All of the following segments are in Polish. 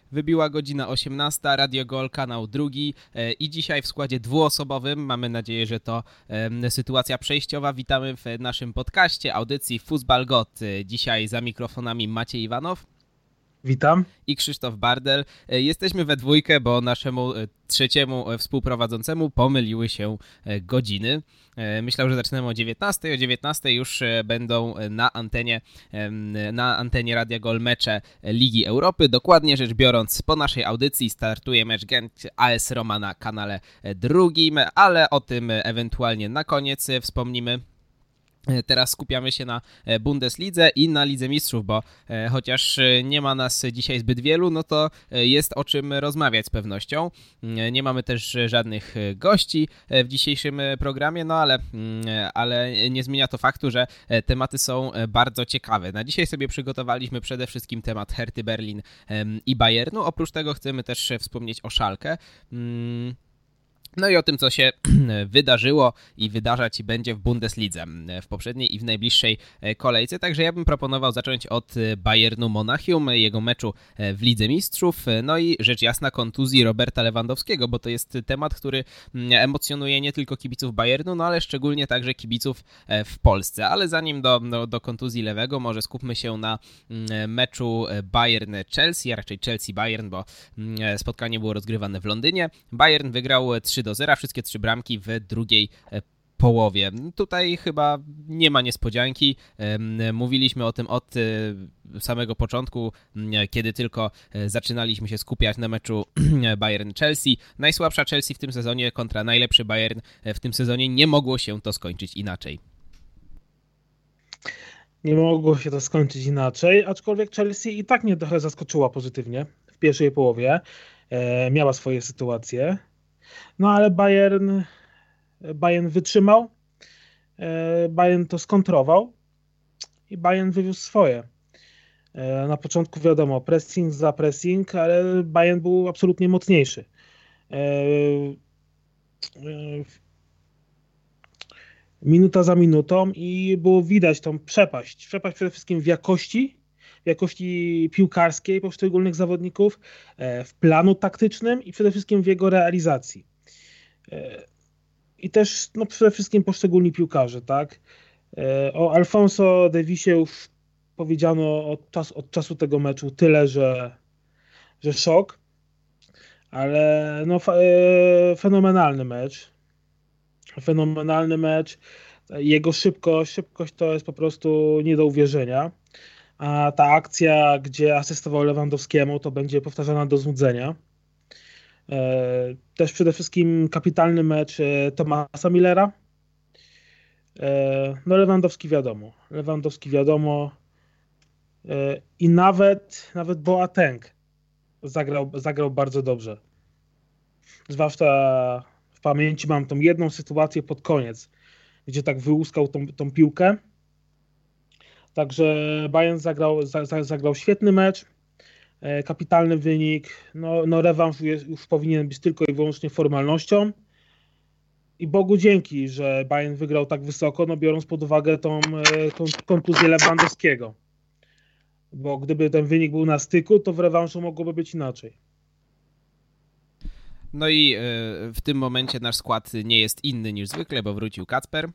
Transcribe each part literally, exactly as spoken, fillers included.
Wybiła godzina osiemnasta, Radio Gol, kanał drugi i dzisiaj w składzie dwuosobowym, mamy nadzieję, że to e, sytuacja przejściowa. Witamy w naszym podcaście, audycji Fußball Gott. Dzisiaj za mikrofonami Maciej Iwanow. Witam. I Krzysztof Bardel. Jesteśmy we dwójkę, bo naszemu trzeciemu współprowadzącemu pomyliły się godziny. Myślał, że zaczynamy o dziewiętnastej, o dziewiętnastej już będą na antenie, na antenie Radia Gol mecze Ligi Europy. Dokładnie rzecz biorąc, po naszej audycji startuje mecz Gent A S Roma na kanale drugim, ale o tym ewentualnie na koniec wspomnimy. Teraz skupiamy się na Bundeslidze i na Lidze Mistrzów, bo chociaż nie ma nas dzisiaj zbyt wielu, no to jest o czym rozmawiać z pewnością. Nie mamy też żadnych gości w dzisiejszym programie, no ale, ale nie zmienia to faktu, że tematy są bardzo ciekawe. Na dzisiaj sobie przygotowaliśmy przede wszystkim temat Herty Berlin i Bayernu. Oprócz tego chcemy też wspomnieć o Schalke. No i o tym, co się wydarzyło i wydarzać będzie w Bundeslidze w poprzedniej i w najbliższej kolejce. Także ja bym proponował zacząć od Bayernu Monachium, jego meczu w Lidze Mistrzów. No i rzecz jasna kontuzji Roberta Lewandowskiego, bo to jest temat, który emocjonuje nie tylko kibiców Bayernu, no ale szczególnie także kibiców w Polsce. Ale zanim do, do, do kontuzji lewego, może skupmy się na meczu Bayern-Chelsea, a raczej Chelsea-Bayern, bo spotkanie było rozgrywane w Londynie. Bayern wygrał trzy do zera, wszystkie trzy bramki w drugiej połowie. Tutaj chyba nie ma niespodzianki. Mówiliśmy o tym od samego początku, kiedy tylko zaczynaliśmy się skupiać na meczu Bayern-Chelsea. Najsłabsza Chelsea w tym sezonie kontra najlepszy Bayern w tym sezonie. Nie mogło się to skończyć inaczej. Nie mogło się to skończyć inaczej, aczkolwiek Chelsea i tak mnie trochę zaskoczyła pozytywnie w pierwszej połowie. E, miała swoje sytuacje. No ale Bayern, Bayern wytrzymał, Bayern to skontrował i Bayern wywiózł swoje. Na początku wiadomo, pressing za pressing, ale Bayern był absolutnie mocniejszy. Minuta za minutą i było widać tą przepaść. Przepaść przede wszystkim w jakości, w jakości piłkarskiej poszczególnych zawodników, w planu taktycznym i przede wszystkim w jego realizacji. I też no, przede wszystkim poszczególni piłkarze, tak? O Alphonso Davisie już powiedziano od, czas, od czasu tego meczu tyle, że, że szok, ale no, fenomenalny mecz. Fenomenalny mecz. Jego szybkość, szybkość to jest po prostu nie do uwierzenia. A ta akcja, gdzie asystował Lewandowskiemu, to będzie powtarzana do znudzenia. Też przede wszystkim kapitalny mecz Thomasa Müllera. No Lewandowski wiadomo. Lewandowski wiadomo. I nawet, nawet Boateng zagrał, zagrał bardzo dobrze. Zwłaszcza w pamięci mam tą jedną sytuację pod koniec, gdzie tak wyłuskał tą, tą piłkę. Także Bayern zagrał, zagrał świetny mecz. Kapitalny wynik, no, no rewanż jest, już powinien być tylko i wyłącznie formalnością i Bogu dzięki, że Bayern wygrał tak wysoko, no biorąc pod uwagę tą, tą kontuzję Lewandowskiego, bo gdyby ten wynik był na styku, to w rewanżu mogłoby być inaczej. No i w tym momencie nasz skład nie jest inny niż zwykle, bo wrócił Kacper.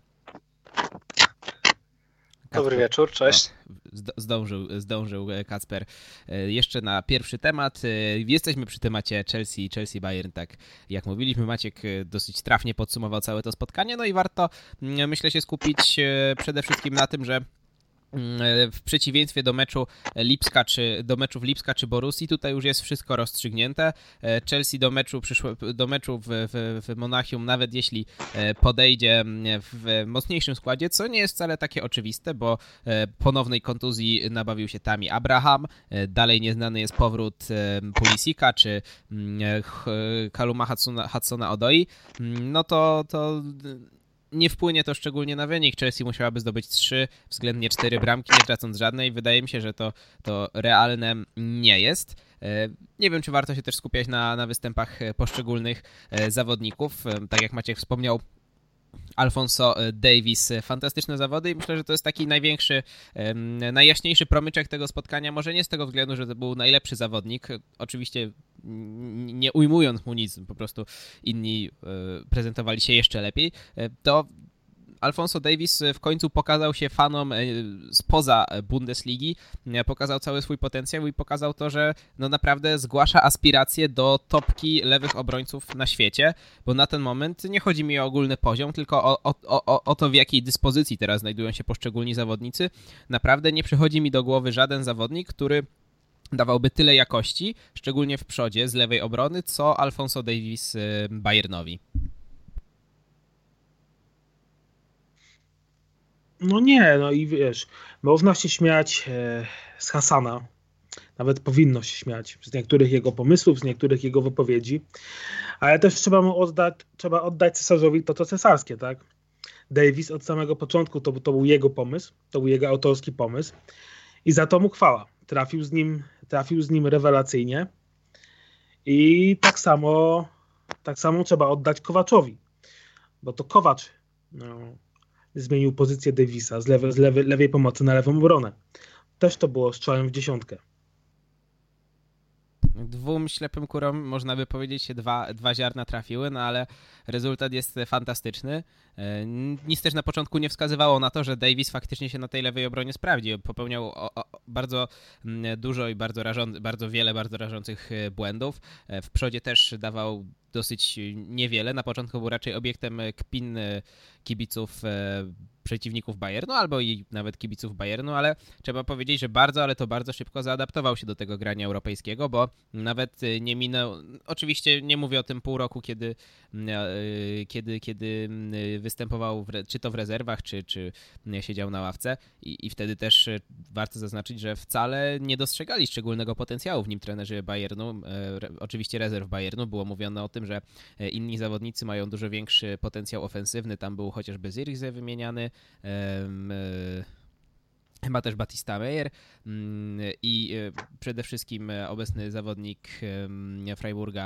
Dobry wieczór, cześć. O, zdążył, zdążył Kacper jeszcze na pierwszy temat. Jesteśmy przy temacie Chelsea, Chelsea Bayern, tak jak mówiliśmy. Maciek dosyć trafnie podsumował całe to spotkanie, no i warto, myślę, się skupić przede wszystkim na tym, że w przeciwieństwie do meczu Lipska czy do meczów Lipska czy Borussii, tutaj już jest wszystko rozstrzygnięte. Chelsea do meczu przyszło, do meczu w, w, w Monachium, nawet jeśli podejdzie w mocniejszym składzie, co nie jest wcale takie oczywiste, bo ponownej kontuzji nabawił się Tammy Abraham, dalej nieznany jest powrót Pulisic'a czy Kaluma Hudsona-Odoi, no to, to nie wpłynie to szczególnie na wynik. Chelsea musiałaby zdobyć trzy, względnie cztery bramki, nie tracąc żadnej. Wydaje mi się, że to, to realne nie jest. Nie wiem, czy warto się też skupiać na, na występach poszczególnych zawodników. Tak jak Maciek wspomniał, Alphonso Davies. Fantastyczne zawody i myślę, że to jest taki największy, najjaśniejszy promyczek tego spotkania. Może nie z tego względu, że to był najlepszy zawodnik. Oczywiście nie ujmując mu nic, po prostu inni prezentowali się jeszcze lepiej. To Alphonso Davies w końcu pokazał się fanom spoza Bundesligi, pokazał cały swój potencjał i pokazał to, że no naprawdę zgłasza aspiracje do topki lewych obrońców na świecie, bo na ten moment nie chodzi mi o ogólny poziom, tylko o, o, o, o to, w jakiej dyspozycji teraz znajdują się poszczególni zawodnicy. Naprawdę nie przychodzi mi do głowy żaden zawodnik, który dawałby tyle jakości, szczególnie w przodzie z lewej obrony, co Alphonso Davies Bayernowi. No nie, no i wiesz, można się śmiać e, z Hasana, nawet powinno się śmiać z niektórych jego pomysłów, z niektórych jego wypowiedzi, ale też trzeba mu oddać, trzeba oddać cesarzowi to, co cesarskie, tak? Davies od samego początku to, to był jego pomysł, to był jego autorski pomysł i za to mu chwała. Trafił z nim, trafił z nim rewelacyjnie i tak samo, tak samo trzeba oddać Kowaczowi, bo to Kowacz no, zmienił pozycję Daviesa z, lewej, z lewej, lewej pomocy na lewą obronę. Też to było strzałem w dziesiątkę. Dwóm ślepym kurom, można by powiedzieć, się dwa, dwa ziarna trafiły, no ale rezultat jest fantastyczny. Nic też na początku nie wskazywało na to, że Davies faktycznie się na tej lewej obronie sprawdzi. Popełniał o, o, bardzo dużo i bardzo, rażą, bardzo wiele bardzo rażących błędów. W przodzie też dawał dosyć niewiele. Na początku był raczej obiektem kpin kibiców przeciwników Bayernu, albo i nawet kibiców Bayernu, ale trzeba powiedzieć, że bardzo, ale to bardzo szybko zaadaptował się do tego grania europejskiego, bo nawet nie minął, oczywiście nie mówię o tym pół roku, kiedy, kiedy, kiedy występował w, czy to w rezerwach, czy, czy siedział na ławce i, i wtedy też warto zaznaczyć, że wcale nie dostrzegali szczególnego potencjału w nim trenerzy Bayernu, oczywiście rezerw Bayernu, było mówione o tym, że inni zawodnicy mają dużo większy potencjał ofensywny, tam był chociażby Zirkzee wymieniany, chyba też Batista Meyer i przede wszystkim obecny zawodnik Freiburga,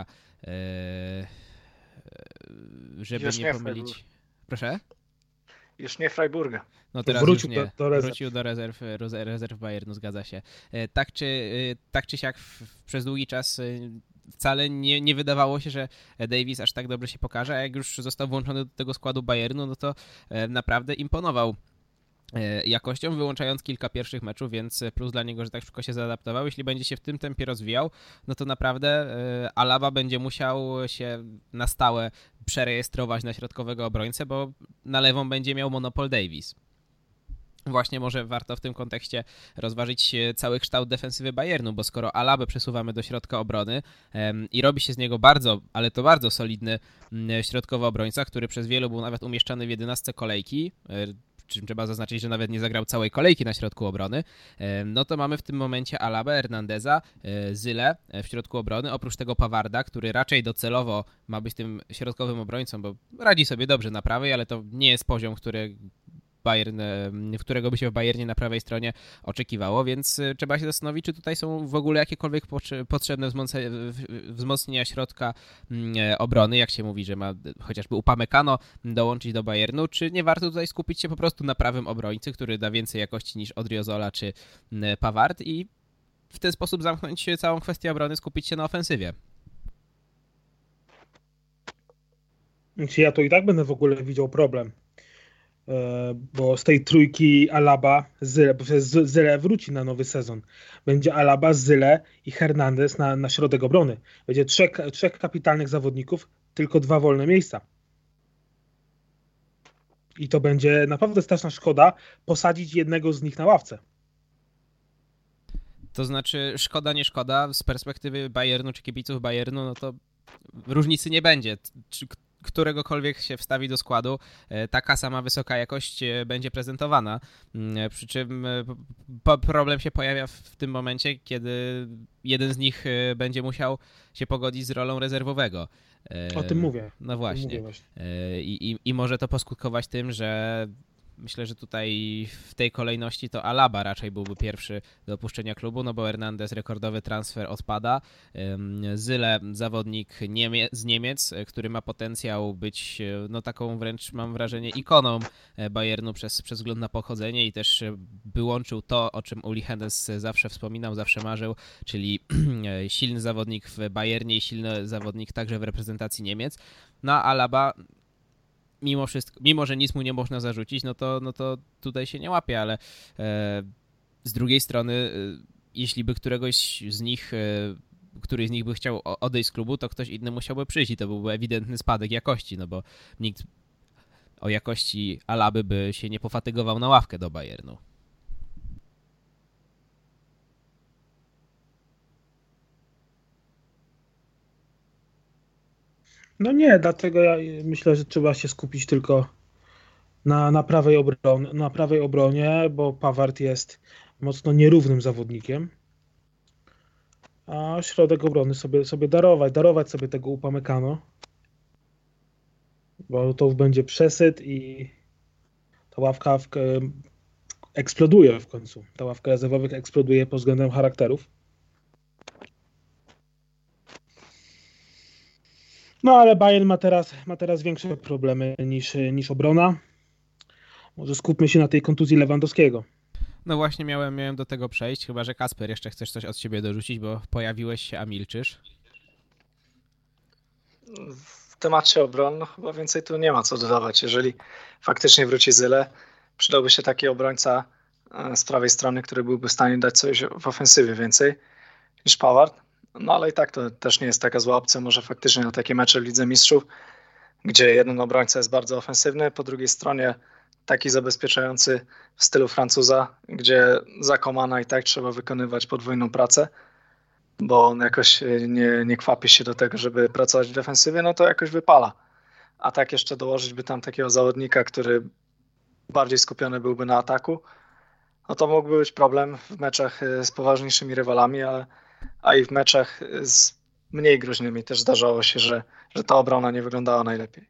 żeby już nie, nie pomylić... Freiburg. Już Już nie Freiburga. No teraz wrócił już nie. Do, do rezerw. Wrócił do rezerw, rezerw Bayernu, zgadza się. Tak czy, tak czy siak w, przez długi czas wcale nie, nie wydawało się, że Davies aż tak dobrze się pokaże, a jak już został włączony do tego składu Bayernu, no to naprawdę imponował jakością, wyłączając kilka pierwszych meczów, więc plus dla niego, że tak szybko się zaadaptował. Jeśli będzie się w tym tempie rozwijał, no to naprawdę Alaba będzie musiał się na stałe przerejestrować na środkowego obrońcę, bo na lewą będzie miał monopol Davies. Właśnie może warto w tym kontekście rozważyć cały kształt defensywy Bayernu, bo skoro Alabę przesuwamy do środka obrony um, i robi się z niego bardzo, ale to bardzo solidny um, środkowy obrońca, który przez wielu był nawet umieszczany w jedenastce kolejki, czym trzeba zaznaczyć, że nawet nie zagrał całej kolejki na środku obrony, no to mamy w tym momencie Alabę, Hernandeza, Zyle w środku obrony, oprócz tego Pavarda, który raczej docelowo ma być tym środkowym obrońcą, bo radzi sobie dobrze na prawej, ale to nie jest poziom, który Bayern, którego by się w Bayernie na prawej stronie oczekiwało, więc trzeba się zastanowić, czy tutaj są w ogóle jakiekolwiek potrzebne wzmocnienia środka obrony, jak się mówi, że ma chociażby Upamecano dołączyć do Bayernu, czy nie warto tutaj skupić się po prostu na prawym obrońcy, który da więcej jakości niż Odriozola czy Pavard i w ten sposób zamknąć całą kwestię obrony, skupić się na ofensywie. Ja to i tak będę w ogóle widział problem. Bo z tej trójki Alaba, Zyle, bo Zyle wróci na nowy sezon. Będzie Alaba, Zyle i Hernandez na, na środek obrony. Będzie trzech, trzech kapitalnych zawodników, tylko dwa wolne miejsca. I to będzie naprawdę straszna szkoda posadzić jednego z nich na ławce. To znaczy szkoda, nie szkoda, z perspektywy Bayernu czy kibiców Bayernu, no to różnicy nie będzie. Czy któregokolwiek się wstawi do składu, taka sama wysoka jakość będzie prezentowana. Przy czym problem się pojawia w tym momencie, kiedy jeden z nich będzie musiał się pogodzić z rolą rezerwowego. O tym mówię. No właśnie. Mówię właśnie. I, i, I może to poskutkować tym, że myślę, że tutaj w tej kolejności to Alaba raczej byłby pierwszy do opuszczenia klubu, no bo Hernandez rekordowy transfer odpada. Zyle, zawodnik Niemie- z Niemiec, który ma potencjał być no taką wręcz, mam wrażenie, ikoną Bayernu przez, przez wzgląd na pochodzenie i też by łączył to, o czym Uli Hoeneß zawsze wspominał, zawsze marzył, czyli silny zawodnik w Bayernie i silny zawodnik także w reprezentacji Niemiec. No a Alaba mimo wszystko, mimo że nic mu nie można zarzucić, no to, no to tutaj się nie łapie, ale e, z drugiej strony, e, jeśli by któregoś z nich, e, któryś z nich by chciał odejść z klubu, to ktoś inny musiałby przyjść i to byłby ewidentny spadek jakości, no bo nikt o jakości Alaby by się nie pofatygował na ławkę do Bayernu. No nie, dlatego ja myślę, że trzeba się skupić tylko na, na, prawej, obronie, na prawej obronie, bo Pavard jest mocno nierównym zawodnikiem, a środek obrony sobie, sobie darować, darować sobie tego Upamecano, bo to będzie przesyt i ta ławka w, eksploduje w końcu. Ta ławka rezerwowych eksploduje pod względem charakterów. No ale Bayern ma teraz, ma teraz większe problemy niż, niż obrona. Może skupmy się na tej kontuzji Lewandowskiego. No właśnie miałem, miałem do tego przejść, chyba że Kasper jeszcze chcesz coś od siebie dorzucić, bo pojawiłeś się, a milczysz. W temacie obron no chyba więcej tu nie ma co dodawać. Jeżeli faktycznie wróci Zyle, przydałby się taki obrońca z prawej strony, który byłby w stanie dać coś w ofensywie więcej niż Pavard. No ale i tak to też nie jest taka zła opcja. Może faktycznie na takie mecze w Lidze Mistrzów, gdzie jeden obrońca jest bardzo ofensywny, po drugiej stronie taki zabezpieczający w stylu Francuza, gdzie za Komana i tak trzeba wykonywać podwójną pracę, bo on jakoś nie, nie kwapi się do tego, żeby pracować w defensywie, no to jakoś wypala. A tak jeszcze dołożyć by tam takiego zawodnika, który bardziej skupiony byłby na ataku, no to mógłby być problem w meczach z poważniejszymi rywalami, ale, a i w meczach z mniej groźnymi też zdarzało się, że, że ta obrona nie wyglądała najlepiej.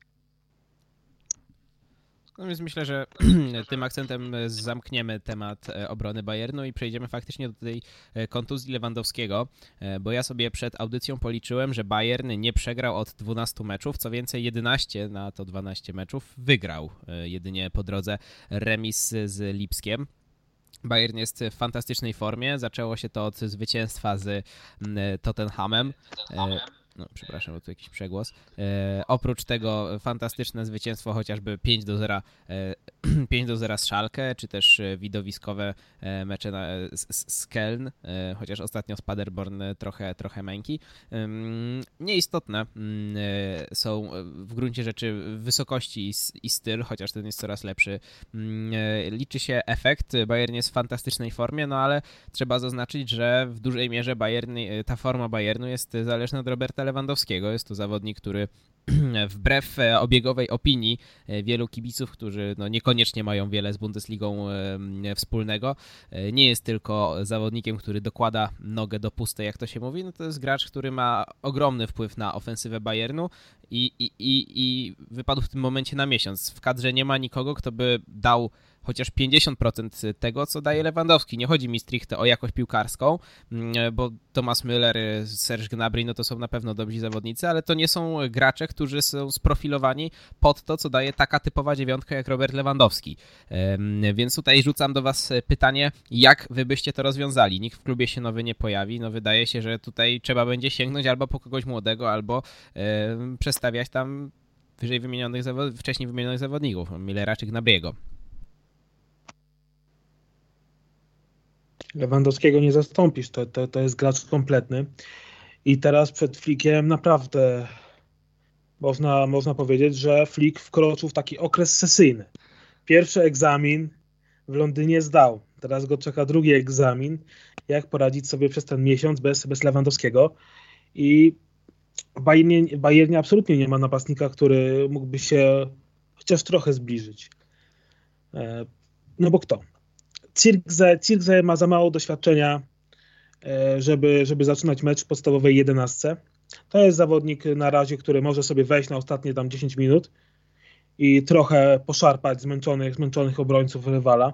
No więc myślę, że tym akcentem zamkniemy temat obrony Bayernu i przejdziemy faktycznie do tej kontuzji Lewandowskiego, bo ja sobie przed audycją policzyłem, że Bayern nie przegrał od dwunastu meczów, co więcej jedenaście na to dwanaście meczów wygrał, jedynie po drodze remis z Lipskiem. Bayern jest w fantastycznej formie, zaczęło się to od zwycięstwa z Tottenhamem. No, przepraszam, bo tu jakiś przegłos. E, oprócz tego fantastyczne zwycięstwo chociażby pięć do zera, e, pięć do zera z Schalke, czy też widowiskowe mecze na, z, z Köln, e, chociaż ostatnio z Paderborn trochę, trochę męki. E, nieistotne e, są w gruncie rzeczy wysokości i, i styl, chociaż ten jest coraz lepszy. E, liczy się efekt. Bayern jest w fantastycznej formie, no ale trzeba zaznaczyć, że w dużej mierze Bayern, ta forma Bayernu jest zależna od Roberta Lewandowskiego. Jest to zawodnik, który wbrew obiegowej opinii wielu kibiców, którzy no niekoniecznie mają wiele z Bundesligą wspólnego, nie jest tylko zawodnikiem, który dokłada nogę do pustej, jak to się mówi, no to jest gracz, który ma ogromny wpływ na ofensywę Bayernu i, i, i, i wypadł w tym momencie na miesiąc. W kadrze nie ma nikogo, kto by dał chociaż pięćdziesiąt procent tego, co daje Lewandowski. Nie chodzi mi stricte o jakość piłkarską, bo Thomas Müller, Serge Gnabry, no to są na pewno dobrzy zawodnicy, ale to nie są gracze, którzy są sprofilowani pod to, co daje taka typowa dziewiątka jak Robert Lewandowski. Więc tutaj rzucam do was pytanie, jak wy byście to rozwiązali? Nikt w klubie się nowy nie pojawi, no wydaje się, że tutaj trzeba będzie sięgnąć albo po kogoś młodego, albo przestawiać tam wyżej wymienionych, wcześniej wymienionych zawodników, Millera czy Gnabriego. Lewandowskiego nie zastąpisz, to, to, to jest gracz kompletny. I teraz przed Flickiem naprawdę można, można powiedzieć, że Flick wkroczył w taki okres sesyjny. Pierwszy egzamin w Londynie zdał. Teraz go czeka drugi egzamin, jak poradzić sobie przez ten miesiąc bez, bez Lewandowskiego. I w Bayernie, Bayernie absolutnie nie ma napastnika, który mógłby się chociaż trochę zbliżyć. No bo kto? Cirkze, Cirkze ma za mało doświadczenia, żeby, żeby zaczynać mecz w podstawowej jedenastce. To jest zawodnik na razie, który może sobie wejść na ostatnie tam dziesięć minut i trochę poszarpać zmęczonych, zmęczonych obrońców rywala.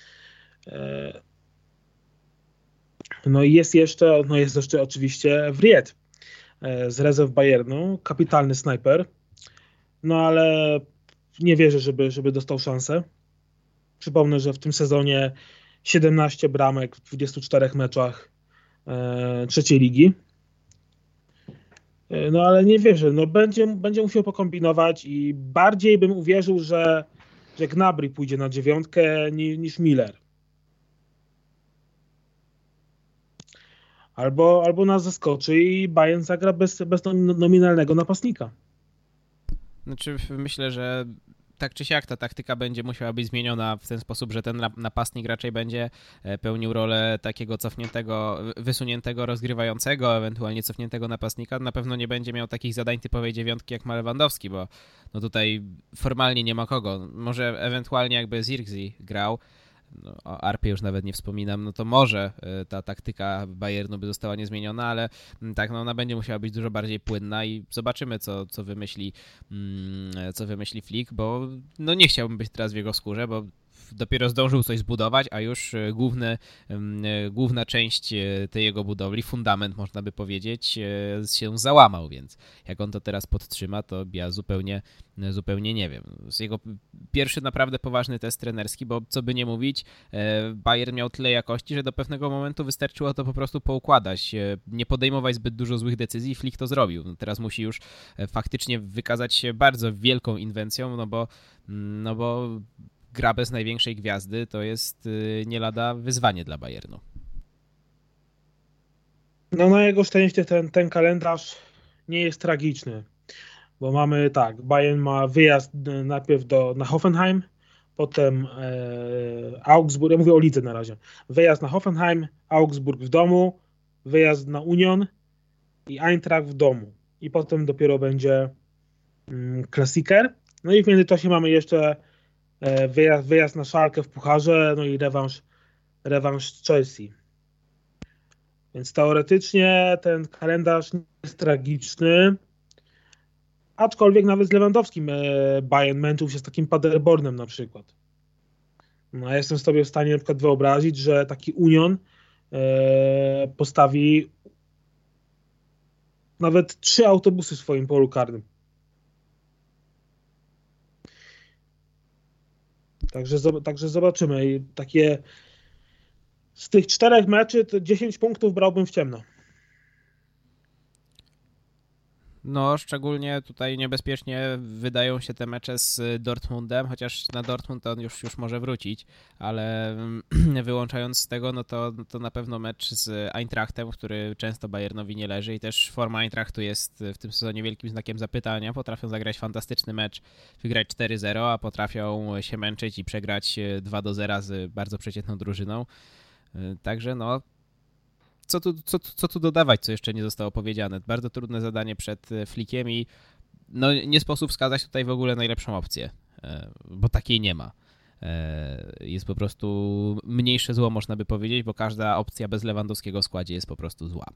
No i jest jeszcze, no jest jeszcze oczywiście Vriet z rezerw Bayernu, kapitalny snajper, no ale nie wierzę, żeby, żeby dostał szansę. Przypomnę, że w tym sezonie siedemnaście bramek w dwudziestu czterech meczach e, trzeciej ligi. E, no ale nie wierzę, no będzie, będzie musiał pokombinować i bardziej bym uwierzył, że, że Gnabry pójdzie na dziewiątkę niż, niż Miller. Albo, albo nas zaskoczy i Bayern zagra bez, bez nominalnego napastnika. Znaczy myślę, że tak czy siak ta taktyka będzie musiała być zmieniona w ten sposób, że ten napastnik raczej będzie pełnił rolę takiego cofniętego, wysuniętego rozgrywającego, ewentualnie cofniętego napastnika. Na pewno nie będzie miał takich zadań typowej dziewiątki jak ma Lewandowski, bo no tutaj formalnie nie ma kogo. Może ewentualnie jakby Zirkzee grał, no, o Arpie już nawet nie wspominam, no to może ta taktyka Bayernu by została niezmieniona, ale tak, no ona będzie musiała być dużo bardziej płynna i zobaczymy, co, co wymyśli co wymyśli Flick, bo no nie chciałbym być teraz w jego skórze, bo dopiero zdążył coś zbudować, a już główny, główna część tej jego budowli, fundament można by powiedzieć, się załamał, więc jak on to teraz podtrzyma, to ja zupełnie, zupełnie nie wiem. To jest jego pierwszy naprawdę poważny test trenerski, bo co by nie mówić, Bayern miał tyle jakości, że do pewnego momentu wystarczyło to po prostu poukładać, nie podejmować zbyt dużo złych decyzji i Flick to zrobił. No teraz musi już faktycznie wykazać się bardzo wielką inwencją, no bo, no bo gra bez największej gwiazdy to jest nie lada wyzwanie dla Bayernu. No na jego szczęście ten, ten kalendarz nie jest tragiczny, bo mamy tak, Bayern ma wyjazd najpierw do, na Hoffenheim, potem e, Augsburg, ja mówię o lidze na razie, wyjazd na Hoffenheim, Augsburg w domu, wyjazd na Union i Eintracht w domu i potem dopiero będzie mm, Klassiker. No i w międzyczasie mamy jeszcze Wyjazd, wyjazd na Schalke w pucharze, no i rewanż, rewanż z Chelsea. Więc teoretycznie ten kalendarz nie jest tragiczny, aczkolwiek nawet z Lewandowskim Bayern męczył się z takim Paderbornem na przykład. No, ja jestem sobie w stanie na przykład wyobrazić, że taki Union e, postawi nawet trzy autobusy w swoim polu karnym. Także, także zobaczymy. I takie z tych czterech meczy to dziesięć punktów brałbym w ciemno. No, szczególnie tutaj niebezpiecznie wydają się te mecze z Dortmundem, chociaż na Dortmund on już, już może wrócić, ale wyłączając z tego, no to, to na pewno mecz z Eintrachtem, który często Bayernowi nie leży i też forma Eintrachtu jest w tym sezonie wielkim znakiem zapytania. Potrafią zagrać fantastyczny mecz, wygrać cztery zero, a potrafią się męczyć i przegrać dwa do zera z bardzo przeciętną drużyną. Także no, Co tu, co, co tu dodawać, co jeszcze nie zostało powiedziane? Bardzo trudne zadanie przed Flickiem i no, nie sposób wskazać tutaj w ogóle najlepszą opcję, bo takiej nie ma. Jest po prostu mniejsze zło, można by powiedzieć, bo każda opcja bez Lewandowskiego w składzie jest po prostu zła.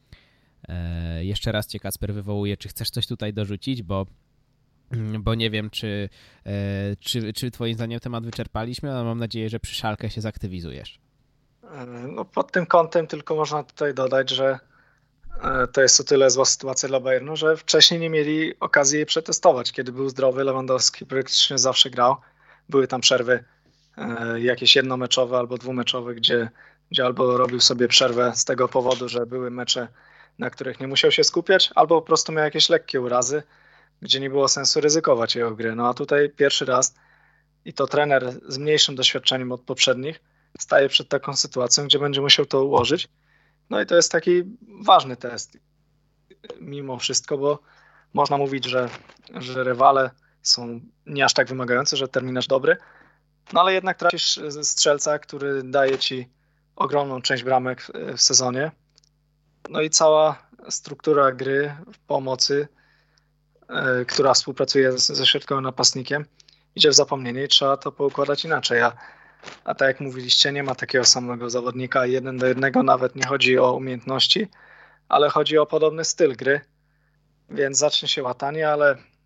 Jeszcze raz cię, Kacper, wywołuję, czy chcesz coś tutaj dorzucić, bo, bo nie wiem, czy, czy, czy twoim zdaniem temat wyczerpaliśmy, ale mam nadzieję, że przy Schalke się zaktywizujesz. No pod tym kątem tylko można tutaj dodać, że to jest o tyle zła sytuacja dla Bayernu, że wcześniej nie mieli okazji jej przetestować. Kiedy był zdrowy, Lewandowski praktycznie zawsze grał. Były tam przerwy jakieś jednomeczowe albo dwumeczowe, gdzie, gdzie albo robił sobie przerwę z tego powodu, że były mecze, na których nie musiał się skupiać, albo po prostu miał jakieś lekkie urazy, gdzie nie było sensu ryzykować jego gry. No a tutaj pierwszy raz i to trener z mniejszym doświadczeniem od poprzednich staje przed taką sytuacją, gdzie będzie musiał to ułożyć. No i to jest taki ważny test mimo wszystko, bo można mówić, że, że rywale są nie aż tak wymagające, że terminarz dobry, no ale jednak trafisz strzelca, który daje ci ogromną część bramek w sezonie. No i cała struktura gry w pomocy, yy, która współpracuje ze środkowym napastnikiem, idzie w zapomnienie i trzeba to poukładać inaczej. A A tak jak mówiliście, nie ma takiego samego zawodnika jeden do jednego, nawet nie chodzi o umiejętności, ale chodzi o podobny styl gry, więc zacznie się łatanie, ale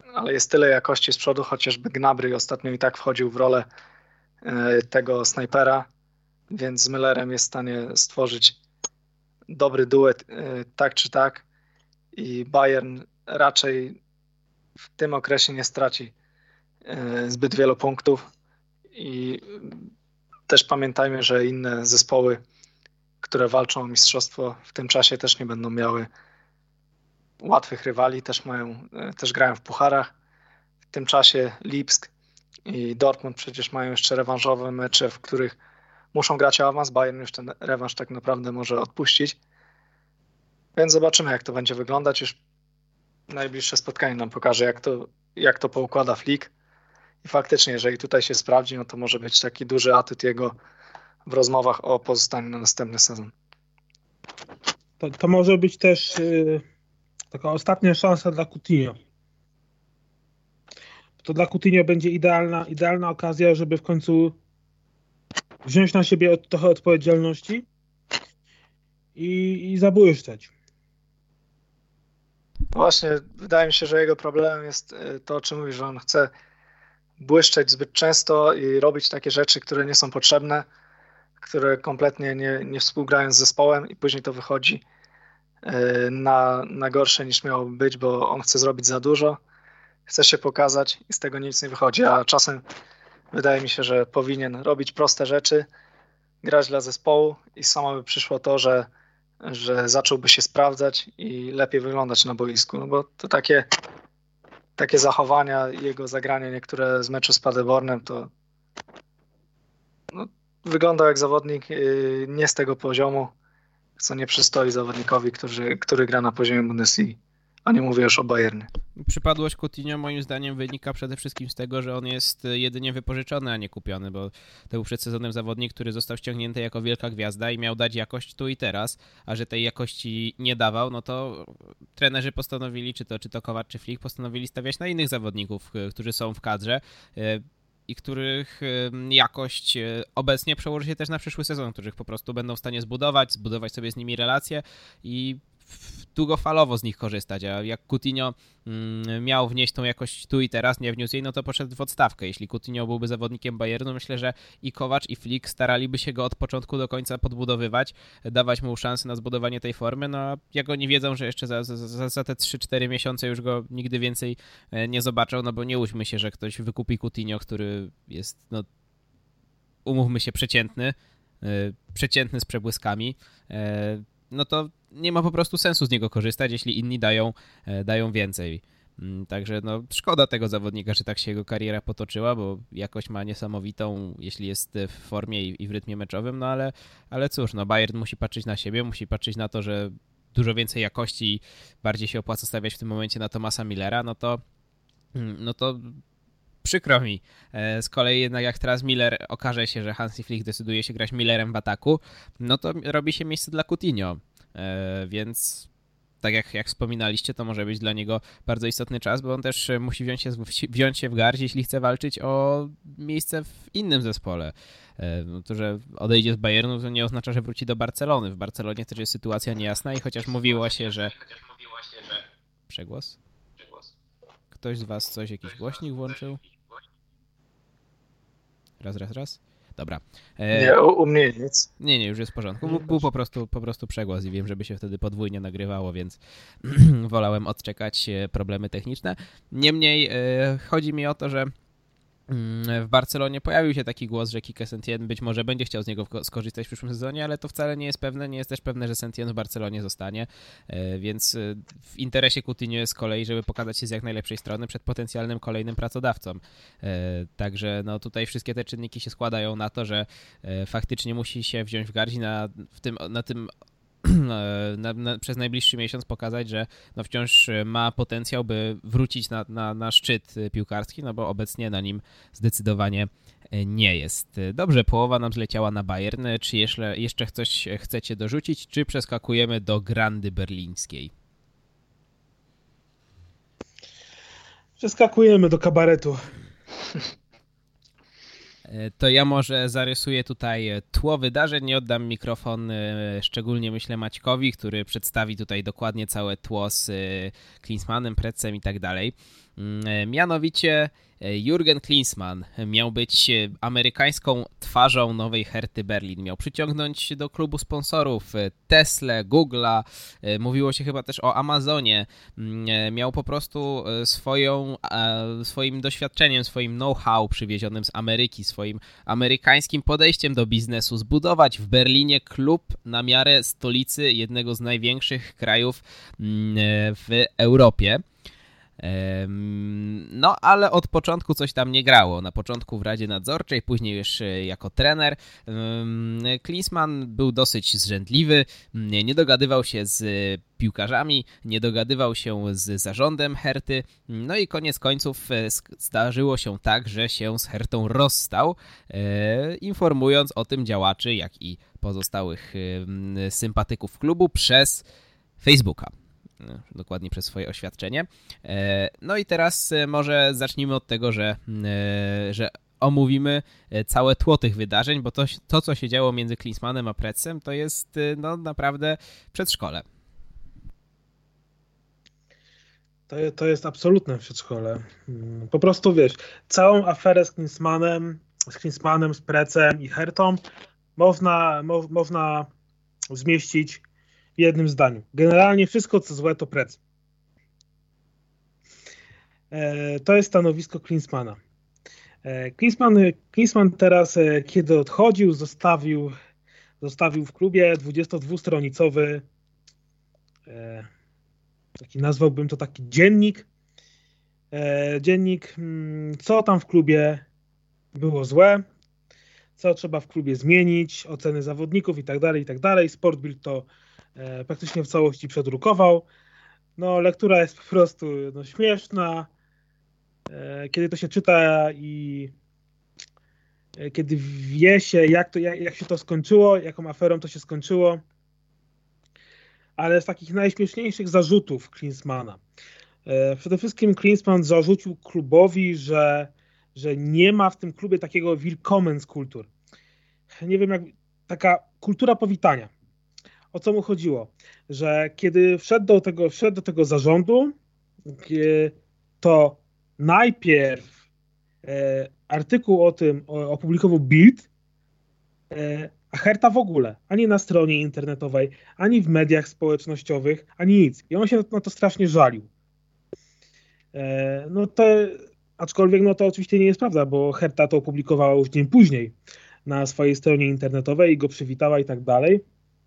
ale jest tyle jakości z przodu, chociażby Gnabry ostatnio i tak wchodził w rolę tego snajpera, więc z Müllerem jest w stanie stworzyć dobry duet tak czy tak i Bayern raczej w tym okresie nie straci zbyt wielu punktów i też pamiętajmy, że inne zespoły, które walczą o mistrzostwo, w tym czasie też nie będą miały łatwych rywali, też mają, też grają w pucharach. W tym czasie Lipsk i Dortmund przecież mają jeszcze rewanżowe mecze, w których muszą grać o awans. Bayern już ten rewanż tak naprawdę może odpuścić. Więc zobaczymy, jak to będzie wyglądać. Już najbliższe spotkanie nam pokaże, jak to, jak to poukłada Flick. I faktycznie, jeżeli tutaj się sprawdzi, no to może być taki duży atut jego w rozmowach o pozostaniu na następny sezon. To, to może być też yy, taka ostatnia szansa dla Coutinho. To dla Coutinho będzie idealna, idealna okazja, żeby w końcu wziąć na siebie od, trochę odpowiedzialności i, i zabłyszczeć. Właśnie, wydaje mi się, że jego problemem jest to, o czym mówisz, że on chce błyszczeć zbyt często i robić takie rzeczy, które nie są potrzebne, które kompletnie nie, nie współgrają z zespołem i później to wychodzi na, na gorsze niż miałoby być, bo on chce zrobić za dużo, chce się pokazać i z tego nic nie wychodzi, a czasem wydaje mi się, że powinien robić proste rzeczy, grać dla zespołu i samo by przyszło to, że, że zacząłby się sprawdzać i lepiej wyglądać na boisku, no bo to takie, takie zachowania, jego zagrania niektóre z meczu z Paderbornem to no, wygląda jak zawodnik yy, nie z tego poziomu, co nie przystoi zawodnikowi, który, który gra na poziomie Bundesligi. A nie mówię już o Bayernie. Przypadłość Coutinho moim zdaniem wynika przede wszystkim z tego, że on jest jedynie wypożyczony, a nie kupiony, bo to był przed sezonem zawodnik, który został ściągnięty jako wielka gwiazda i miał dać jakość tu i teraz, a że tej jakości nie dawał, no to trenerzy postanowili, czy to, czy to Kovac, czy Flick, postanowili stawiać na innych zawodników, którzy są w kadrze i których jakość obecnie przełoży się też na przyszły sezon, których po prostu będą w stanie zbudować, zbudować sobie z nimi relacje i długofalowo z nich korzystać, a jak Coutinho miał wnieść tą jakość tu i teraz, nie wniósł jej, no to poszedł w odstawkę. Jeśli Coutinho byłby zawodnikiem Bayernu, myślę, że i Kovac, i Flick staraliby się go od początku do końca podbudowywać, dawać mu szansę na zbudowanie tej formy, no a jak oni wiedzą, że jeszcze za, za, za te trzy cztery miesiące już go nigdy więcej nie zobaczą, no bo nie łudźmy się, że ktoś wykupi Coutinho, który jest, no umówmy się, przeciętny, przeciętny z przebłyskami, no to nie ma po prostu sensu z niego korzystać, jeśli inni dają, dają więcej. Także no, szkoda tego zawodnika, że tak się jego kariera potoczyła, bo jakość ma niesamowitą, jeśli jest w formie i, i w rytmie meczowym, no ale, ale cóż, no Bayern musi patrzeć na siebie, musi patrzeć na to, że dużo więcej jakości i bardziej się opłaca stawiać w tym momencie na Thomasa Müllera, no to no to przykro mi. Z kolei jednak jak teraz Müller okaże się, że Hansi Flick decyduje się grać Müllerem w ataku, no to robi się miejsce dla Coutinho. Więc tak jak, jak wspominaliście, to może być dla niego bardzo istotny czas, bo on też musi wziąć się, wziąć się w garść, jeśli chce walczyć o miejsce w innym zespole. To, że odejdzie z Bayernu, to nie oznacza, że wróci do Barcelony. W Barcelonie też jest sytuacja niejasna i chociaż mówiło się, że... Przegłos? Ktoś z was coś, jakiś głośnik włączył? Raz, raz, raz. Dobra. E... Nie, u, u mnie nic. Nie, nie, już jest w porządku. Był, był po prostu, po prostu przegłos i wiem, żeby się wtedy podwójnie nagrywało, więc wolałem odczekać problemy techniczne. Niemniej e, chodzi mi o to, że w Barcelonie pojawił się taki głos, że Quique Setién być może będzie chciał z niego skorzystać w przyszłym sezonie, ale to wcale nie jest pewne. Nie jest też pewne, że Setién w Barcelonie zostanie, więc w interesie Coutinho jest z kolei, żeby pokazać się z jak najlepszej strony przed potencjalnym kolejnym pracodawcą. Także no tutaj wszystkie te czynniki się składają na to, że faktycznie musi się wziąć w garść na, w tym, na tym Na, na, przez najbliższy miesiąc pokazać, że no wciąż ma potencjał, by wrócić na, na, na szczyt piłkarski, no bo obecnie na nim zdecydowanie nie jest. Dobrze, połowa nam zleciała na Bayern. Czy jeszcze, jeszcze coś chcecie dorzucić, czy przeskakujemy do Grandy berlińskiej? Przeskakujemy do kabaretu. To ja może zarysuję tutaj tło wydarzeń, nie oddam mikrofon szczególnie myślę Maćkowi, który przedstawi tutaj dokładnie całe tło z Klinsmannem, Pretzem i tak dalej. Mianowicie Jürgen Klinsmann miał być amerykańską twarzą nowej Herty Berlin. Miał przyciągnąć do klubu sponsorów Tesla, Google'a, mówiło się chyba też o Amazonie. Miał po prostu swoją, swoim doświadczeniem, swoim know-how przywiezionym z Ameryki, swoim amerykańskim podejściem do biznesu zbudować w Berlinie klub na miarę stolicy jednego z największych krajów w Europie. No, ale od początku coś tam nie grało. Na początku w Radzie Nadzorczej, później już jako trener. Klinsmann był dosyć zrzędliwy, nie dogadywał się z piłkarzami, nie dogadywał się z zarządem Herty. No i koniec końców zdarzyło się tak, że się z Hertą rozstał, informując o tym działaczy, jak i pozostałych sympatyków klubu przez Facebooka. Dokładnie przez swoje oświadczenie. No i teraz może zacznijmy od tego, że, że omówimy całe tło tych wydarzeń, bo to, to co się działo między Klinsmannem a Pretzem, to jest no, naprawdę przedszkole. To, to jest absolutne przedszkole. Po prostu wiesz, całą aferę z Klinsmannem, z Klinsmannem, z Pretzem i Hertą można, mo, można zmieścić w jednym zdaniu. Generalnie wszystko, co złe, to Pretz. E, to jest stanowisko Klinsmana. E, Klinsmann, Klinsmann teraz, e, kiedy odchodził, zostawił, zostawił w klubie dwudziestodwustronicowy, e, taki nazwałbym to taki dziennik. E, dziennik, mm, co tam w klubie było złe, co trzeba w klubie zmienić, oceny zawodników i tak dalej, i tak dalej. Sportbild to e, praktycznie w całości przedrukował. No, lektura jest po prostu no, śmieszna. E, kiedy to się czyta i e, kiedy wie się, jak, to, jak, jak się to skończyło, jaką aferą to się skończyło. Ale z takich najśmieszniejszych zarzutów Klinsmana. E, przede wszystkim Klinsmann zarzucił klubowi, że, że nie ma w tym klubie takiego Willkommenskultur. Nie wiem, jak taka kultura powitania. O co mu chodziło? Że kiedy wszedł do tego, wszedł do tego zarządu, to najpierw e, artykuł o tym opublikował Bild, e, a Herta w ogóle, ani na stronie internetowej, ani w mediach społecznościowych, ani nic. I on się na to strasznie żalił. E, no to, aczkolwiek no to oczywiście nie jest prawda, bo Herta to opublikowała już dzień później na swojej stronie internetowej i go przywitała i tak dalej.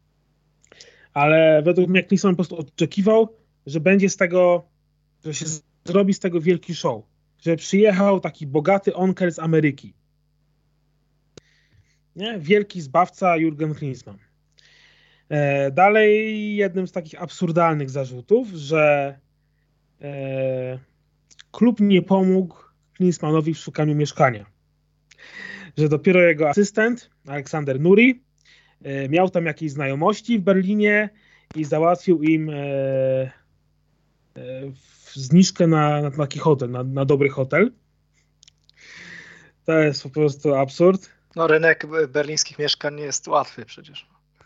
Ale według mnie Klinsmann po prostu oczekiwał, że będzie z tego, że się zrobi z tego wielki show. Że przyjechał taki bogaty onkel z Ameryki. Nie? Wielki zbawca Jürgen Klinsmann. E, dalej jednym z takich absurdalnych zarzutów, że e, klub nie pomógł Klinsmannowi w szukaniu mieszkania. Że dopiero jego asystent, Aleksander Nuri, e, miał tam jakieś znajomości w Berlinie i załatwił im e, e, zniżkę na, na taki hotel, na, na dobry hotel. To jest po prostu absurd. No rynek berlińskich mieszkań nie jest łatwy przecież.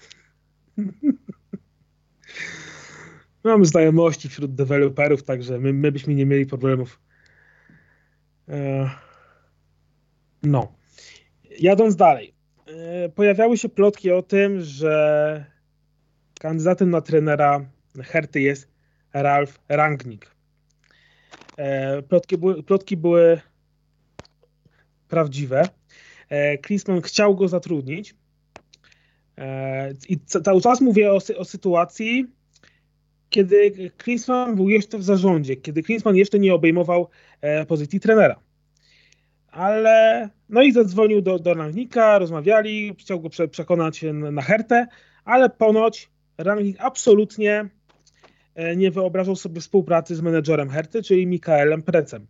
Mamy znajomości wśród deweloperów, także my, my byśmy nie mieli problemów. E, no. Jadąc dalej. E, pojawiały się plotki o tym, że kandydatem na trenera Herty jest Ralf Rangnick. E, plotki, były, plotki były prawdziwe. E, Klinsmann chciał go zatrudnić. E, I cały czas mówię o, o sytuacji, kiedy Klinsmann był jeszcze w zarządzie, kiedy Klinsmann jeszcze nie obejmował e, pozycji trenera. Ale no i zadzwonił do, do Rangnicka, rozmawiali, chciał go prze, przekonać na, na Hertę, ale ponoć Rangnick absolutnie e, nie wyobrażał sobie współpracy z menedżerem Herty, czyli Michaelem Pretzem.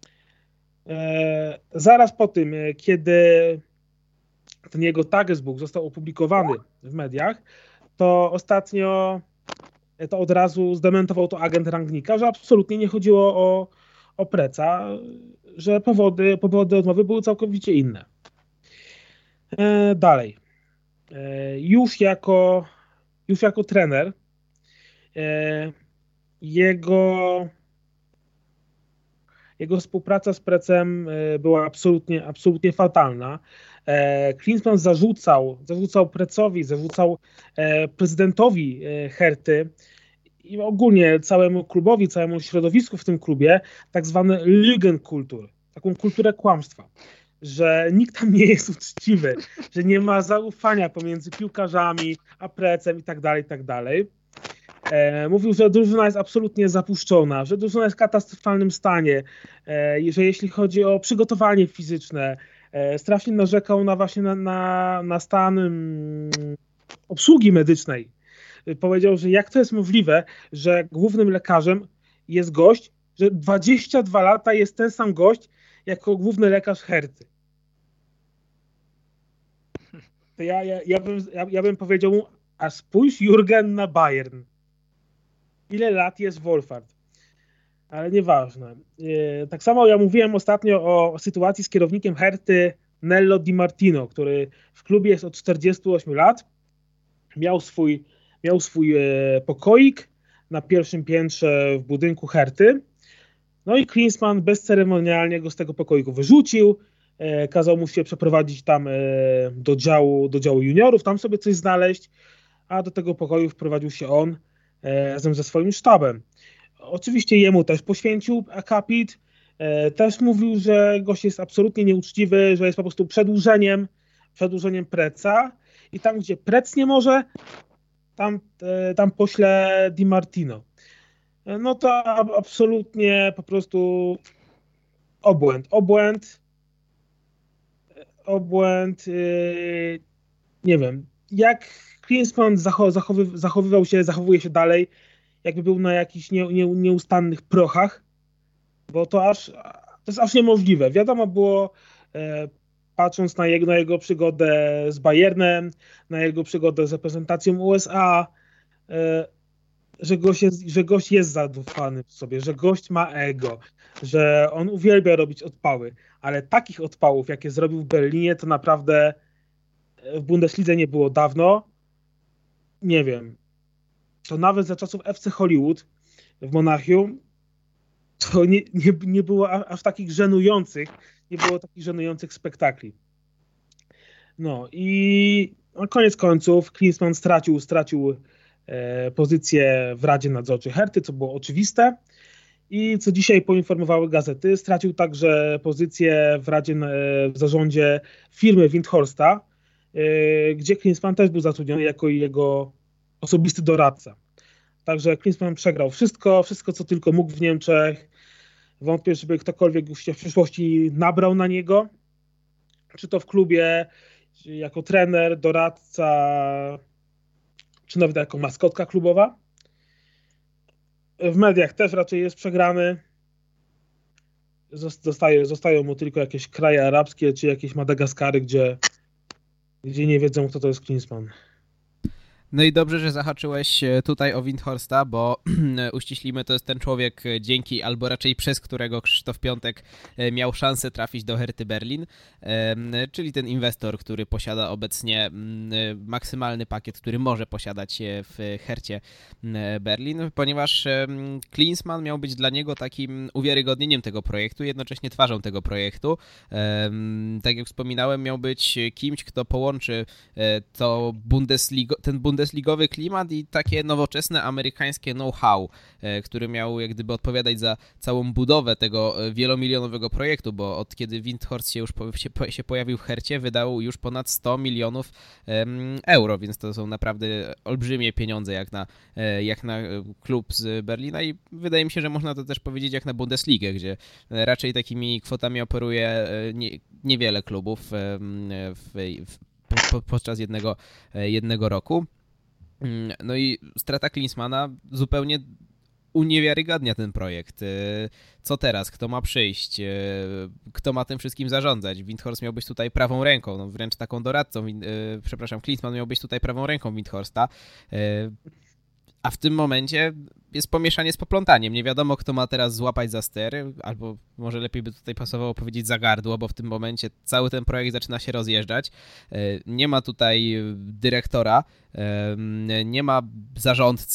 E, zaraz po tym, kiedy ten jego Tagesbuch został opublikowany w mediach, to ostatnio to od razu zdementował to agent Rangnicka, że absolutnie nie chodziło o, o Pretza, że powody, powody odmowy były całkowicie inne. E, dalej. E, już, jako, już jako trener e, jego jego współpraca z Precem była absolutnie, absolutnie fatalna. Klinsmann zarzucał, zarzucał Precowi, zarzucał prezydentowi Herty i ogólnie całemu klubowi, całemu środowisku w tym klubie tak zwany Lügenkultur, taką kulturę kłamstwa, że nikt tam nie jest uczciwy, że nie ma zaufania pomiędzy piłkarzami a Precem i tak dalej, i tak dalej. Mówił, że drużyna jest absolutnie zapuszczona, że drużyna jest w katastrofalnym stanie, że jeśli chodzi o przygotowanie fizyczne, strasznie narzekał na właśnie na, na, na stan um, obsługi medycznej. Powiedział, że jak to jest możliwe, że głównym lekarzem jest gość, że dwadzieścia dwa lata jest ten sam gość jako główny lekarz Herty. To ja, ja, ja, bym, ja, ja bym powiedział mu, a spójrz Jurgen na Bayern. Ile lat jest Wolfhard? Ale nieważne. Tak samo ja mówiłem ostatnio o sytuacji z kierownikiem Herty Nello Di Martino, który w klubie jest od czterdziestu ośmiu lat. Miał swój, miał swój pokoik na pierwszym piętrze w budynku Herty. No i Klinsmann bezceremonialnie go z tego pokoiku wyrzucił. Kazał mu się przeprowadzić tam do działu, do działu juniorów, tam sobie coś znaleźć, a do tego pokoju wprowadził się on razem ze swoim sztabem. Oczywiście jemu też poświęcił akapit, też mówił, że gość jest absolutnie nieuczciwy, że jest po prostu przedłużeniem, przedłużeniem Preca i tam, gdzie Prec nie może, tam, tam pośle Di Martino. No to absolutnie po prostu obłęd, obłęd, obłęd, yy, nie wiem, jak Klinsmann zachowy, zachowywał się, zachowuje się dalej, jakby był na jakichś nie, nie, nieustannych prochach, bo to aż, to jest aż niemożliwe. Wiadomo było, e, patrząc na jego, na jego przygodę z Bayernem, na jego przygodę z reprezentacją U S A, e, że gość jest, że gość jest zadufany w sobie, że gość ma ego, że on uwielbia robić odpały, ale takich odpałów, jakie zrobił w Berlinie, to naprawdę w Bundeslidze nie było dawno. Nie wiem, to nawet za czasów F C Hollywood w Monachium to nie, nie, nie było aż takich żenujących, nie było takich żenujących spektakli. No i na koniec końców Klinsmann stracił, stracił e, pozycję w Radzie Nadzorczej Herty, co było oczywiste. I co dzisiaj poinformowały gazety, stracił także pozycję w Radzie, w zarządzie firmy Windhorsta, e, gdzie Klinsmann też był zatrudniony jako jego osobisty doradca. Także Klinsmann przegrał wszystko, wszystko co tylko mógł w Niemczech. Wątpię, żeby ktokolwiek już się w przyszłości nabrał na niego. Czy to w klubie, jako trener, doradca, czy nawet jako maskotka klubowa. W mediach też raczej jest przegrany. Zostaje, zostają mu tylko jakieś kraje arabskie, czy jakieś Madagaskary, gdzie, gdzie nie wiedzą, kto to jest Klinsmann. No i dobrze, że zahaczyłeś tutaj o Windhorsta, bo uściślimy, to jest ten człowiek, dzięki albo raczej przez którego Krzysztof Piątek miał szansę trafić do Herty Berlin, czyli ten inwestor, który posiada obecnie maksymalny pakiet, który może posiadać w Hercie Berlin, ponieważ Klinsmann miał być dla niego takim uwiarygodnieniem tego projektu, jednocześnie twarzą tego projektu. Tak jak wspominałem, miał być kimś, kto połączy to Bundesliga, ten Bundesliga bundesligowy klimat i takie nowoczesne amerykańskie know-how, który miał jak gdyby odpowiadać za całą budowę tego wielomilionowego projektu, bo od kiedy Windhorst się już po, się, się pojawił w Hercie, wydał już ponad sto milionów um, euro, więc to są naprawdę olbrzymie pieniądze jak na, jak na klub z Berlina i wydaje mi się, że można to też powiedzieć jak na Bundesligę, gdzie raczej takimi kwotami operuje nie, niewiele klubów w, w, po, podczas jednego, jednego roku. No i strata Klinsmana zupełnie uniewiarygadnia ten projekt. Co teraz? Kto ma przyjść? Kto ma tym wszystkim zarządzać? Windhorst miał być tutaj prawą ręką, no wręcz taką doradcą. Przepraszam, Klinsmann miał być tutaj prawą ręką Windhorsta. A w tym momencie jest pomieszanie z poplątaniem. Nie wiadomo, kto ma teraz złapać za stery, albo może lepiej by tutaj pasowało powiedzieć za gardło, bo w tym momencie cały ten projekt zaczyna się rozjeżdżać. Nie ma tutaj dyrektora, nie ma zarządcy.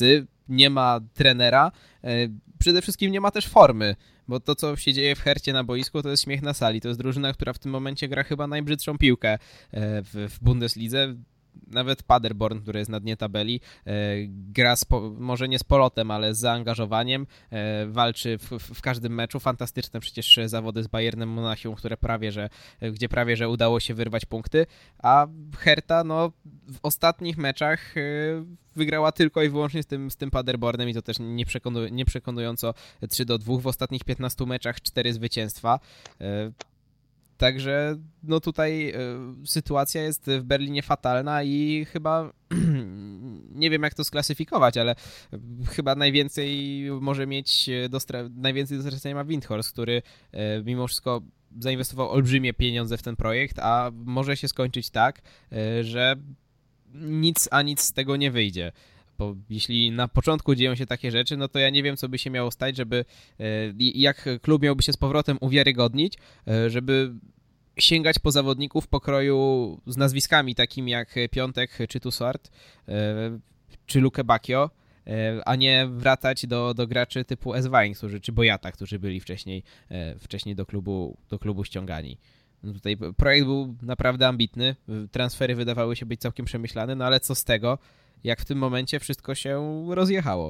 nie ma trenera, przede wszystkim nie ma też formy, bo to, co się dzieje w Hercie na boisku, to jest śmiech na sali. To jest drużyna, która w tym momencie gra chyba najbrzydszą piłkę w, w Bundeslidze. Nawet Paderborn, który jest na dnie tabeli, gra z po, może nie z polotem, ale z zaangażowaniem, walczy w, w każdym meczu. Fantastyczne przecież zawody z Bayernem Monachium, które prawie, że, gdzie prawie, że udało się wyrwać punkty, a Hertha no, w ostatnich meczach wygrała tylko i wyłącznie z tym, z tym Paderbornem i to też nieprzekonuj, nieprzekonująco trzy do dwóch. W ostatnich piętnastu meczach cztery zwycięstwa. Także no tutaj y, sytuacja jest w Berlinie fatalna i chyba nie wiem jak to sklasyfikować, ale chyba najwięcej może mieć do stra- najwięcej do stracenia ma Windhorst, który y, mimo wszystko zainwestował olbrzymie pieniądze w ten projekt, a może się skończyć tak, y, że nic a nic z tego nie wyjdzie. Bo jeśli na początku dzieją się takie rzeczy, no to ja nie wiem, co by się miało stać, żeby jak klub miałby się z powrotem uwiarygodnić, żeby sięgać po zawodników pokroju z nazwiskami takimi jak Piątek czy Tussart, czy Luke Bacchio, a nie wracać do, do graczy typu Eswein, którzy, czy Boyata, którzy byli wcześniej, wcześniej do klubu, do klubu ściągani. No tutaj projekt był naprawdę ambitny, transfery wydawały się być całkiem przemyślane, no ale co z tego, jak w tym momencie wszystko się rozjechało?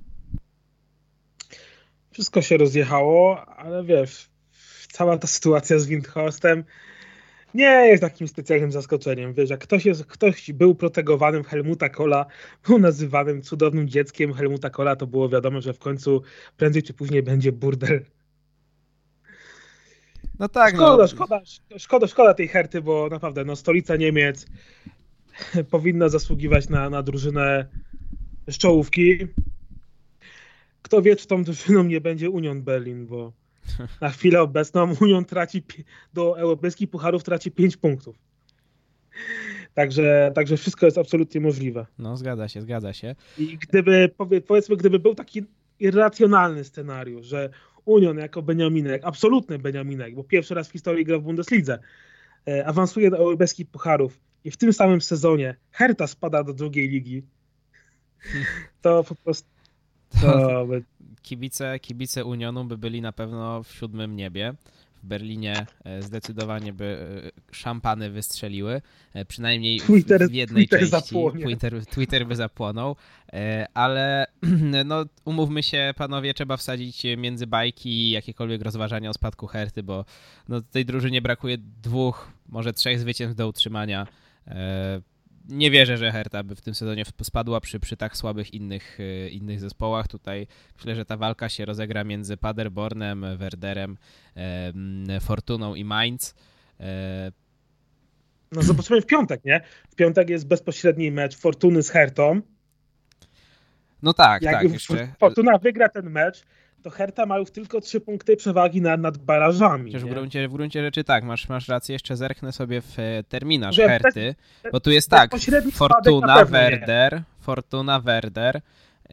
Wszystko się rozjechało, ale wiesz, cała ta sytuacja z Windhorstem nie jest takim specjalnym zaskoczeniem. Wiesz, jak ktoś, jest, ktoś był protegowanym Helmuta Kohla, był nazywanym cudownym dzieckiem Helmuta Kohla, to było wiadomo, że w końcu prędzej czy później będzie burdel. No tak, szkoda, no. szkoda, szkoda, szkoda tej Herty, bo naprawdę no, stolica Niemiec powinna zasługiwać na, na drużynę z czołówki. Kto wie, czy tą drużyną nie będzie Union Berlin, bo na chwilę obecną Union traci do europejskich pucharów traci pięć punktów. Także, także wszystko jest absolutnie możliwe. No zgadza się, zgadza się. I gdyby, powiedzmy, gdyby był taki irracjonalny scenariusz, że Union jako Beniaminek, absolutny Beniaminek, bo pierwszy raz w historii gra w Bundeslidze, awansuje do europejskich pucharów i w tym samym sezonie Hertha spada do drugiej ligi, to po prostu to by... kibice, kibice Unionu by byli na pewno w siódmym niebie. W Berlinie zdecydowanie by szampany wystrzeliły, przynajmniej Twitter, w jednej Twitter części. Zapłonie. Twitter, Twitter by zapłonął, ale no umówmy się, panowie, trzeba wsadzić między bajki jakiekolwiek rozważania o spadku Herty, bo no, tej drużynie brakuje dwóch, może trzech zwycięstw do utrzymania. Nie wierzę, że Hertha by w tym sezonie spadła przy, przy tak słabych innych, innych zespołach. Tutaj myślę, że ta walka się rozegra między Paderbornem, Werderem, e, Fortuną i Mainz. E... No zobaczymy w piątek, nie? W piątek jest bezpośredni mecz Fortuny z Hertą. No tak, Jak tak. Jeszcze... Fortuna wygra ten mecz, to Hertha ma już tylko trzy punkty przewagi nad, nad barażami. Chociaż w gruncie, w gruncie rzeczy tak, masz, masz rację, jeszcze zerknę sobie w terminarz Że Herty, bez, bo tu jest tak, Fortuna, Werder, nie. Fortuna, Werder yy,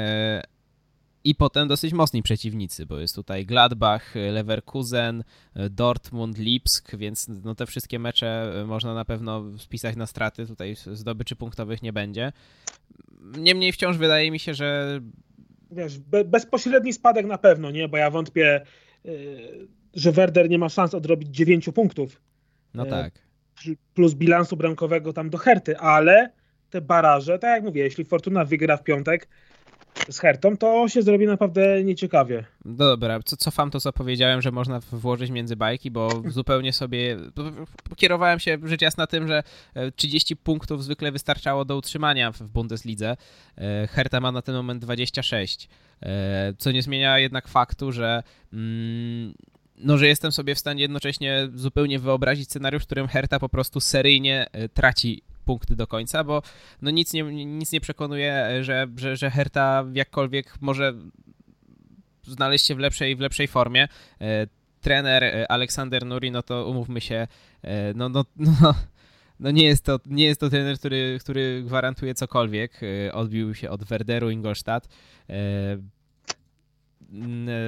i potem dosyć mocni przeciwnicy, bo jest tutaj Gladbach, Leverkusen, Dortmund, Lipsk, więc no te wszystkie mecze można na pewno spisać na straty, tutaj zdobyczy punktowych nie będzie. Niemniej wciąż wydaje mi się, że wiesz, be, bezpośredni spadek na pewno, nie? Bo ja wątpię, yy, że Werder nie ma szans odrobić dziewięciu punktów. No yy, tak. Plus bilansu bramkowego tam do Herty, ale te baraże, tak jak mówię, jeśli Fortuna wygra w piątek z Hertą, to się zrobi naprawdę nieciekawie. Dobra, co, cofam to, co powiedziałem, że można włożyć między bajki, bo zupełnie sobie kierowałem się rzecz jasna tym, że trzydzieści punktów zwykle wystarczało do utrzymania w Bundeslidze. Hertha ma na ten moment dwadzieścia sześć, co nie zmienia jednak faktu, że mm, no, że jestem sobie w stanie jednocześnie zupełnie wyobrazić scenariusz, w którym Hertha po prostu seryjnie traci punkty do końca, bo no nic nie, nic nie przekonuje, że, że, że Hertha jakkolwiek może znaleźć się w lepszej, w lepszej formie. Trener Aleksander Nuri, no to umówmy się, no, no, no, no nie jest to, nie jest to trener, który, który gwarantuje cokolwiek. Odbił się od Werderu Ingolstadt.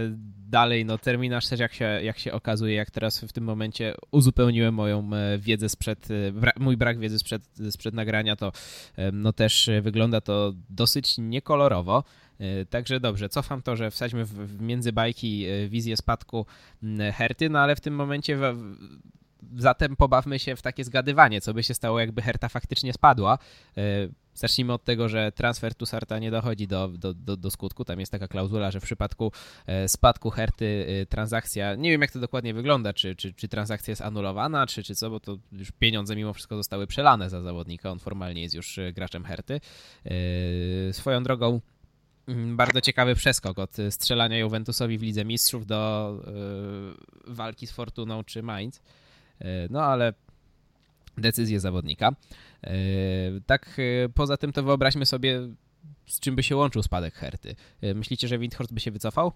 dalej, no terminarz też jak się, jak się okazuje, jak teraz w tym momencie uzupełniłem moją wiedzę sprzed, mój brak wiedzy sprzed, sprzed nagrania, to no też wygląda to dosyć niekolorowo. Także dobrze, cofam to, że wsadźmy w, w między bajki wizję spadku Herty, no ale w tym momencie w, zatem pobawmy się w takie zgadywanie, co by się stało, jakby Herta faktycznie spadła. Zacznijmy od tego, że transfer Tussarta nie dochodzi do, do, do, do skutku. Tam jest taka klauzula, że w przypadku spadku Herty transakcja, nie wiem jak to dokładnie wygląda, czy, czy, czy transakcja jest anulowana, czy, czy co, bo to już pieniądze mimo wszystko zostały przelane za zawodnika, on formalnie jest już graczem Herty. Swoją drogą bardzo ciekawy przeskok od strzelania Juventusowi w Lidze Mistrzów do yy, walki z Fortuną czy Mainz. Yy, no ale decyzje zawodnika. Yy, tak yy, poza tym to wyobraźmy sobie, z czym by się łączył spadek Herty. Yy, myślicie, że Windhorst by się wycofał?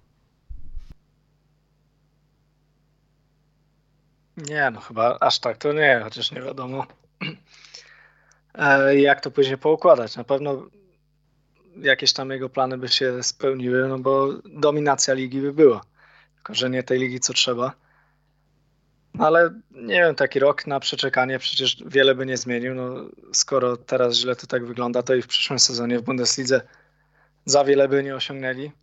Nie, no chyba aż tak to nie, chociaż nie wiadomo e, jak to później poukładać. Na pewno jakieś tam jego plany by się spełniły, no bo dominacja ligi by była. Tylko że nie tej ligi, co trzeba. No ale nie wiem, taki rok na przeczekanie przecież wiele by nie zmienił. No, skoro teraz źle to tak wygląda, to i w przyszłym sezonie w Bundeslidze za wiele by nie osiągnęli.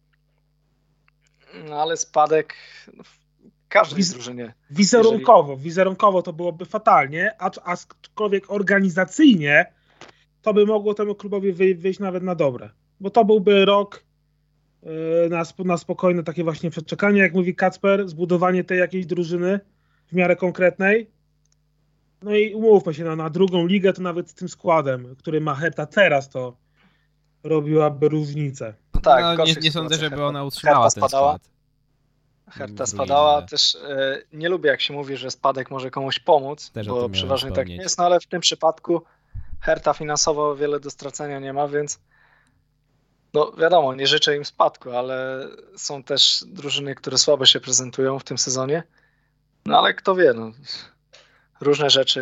No ale spadek no, w każdej Wiz- drużynie. Wizerunkowo, jeżeli... wizerunkowo to byłoby fatalnie, a aczkolwiek organizacyjnie to by mogło temu klubowi wyjść nawet na dobre. Bo to byłby rok na, na spokojne takie właśnie przeczekanie, jak mówi Kacper, zbudowanie tej jakiejś drużyny w miarę konkretnej. No i umówmy się, na, na drugą ligę to nawet z tym składem, który ma Herta teraz, to robiłaby różnicę. No tak, no, nie, nie sądzę, żeby Herta, ona utrzymała Herta ten spadała. skład. Herta spadała, też e, nie lubię jak się mówi, że spadek może komuś pomóc, też bo przeważnie tak nie jest, no ale w tym przypadku Herta finansowo wiele do stracenia nie ma, więc no wiadomo, nie życzę im spadku, ale są też drużyny, które słabo się prezentują w tym sezonie. No ale kto wie, no, różne rzeczy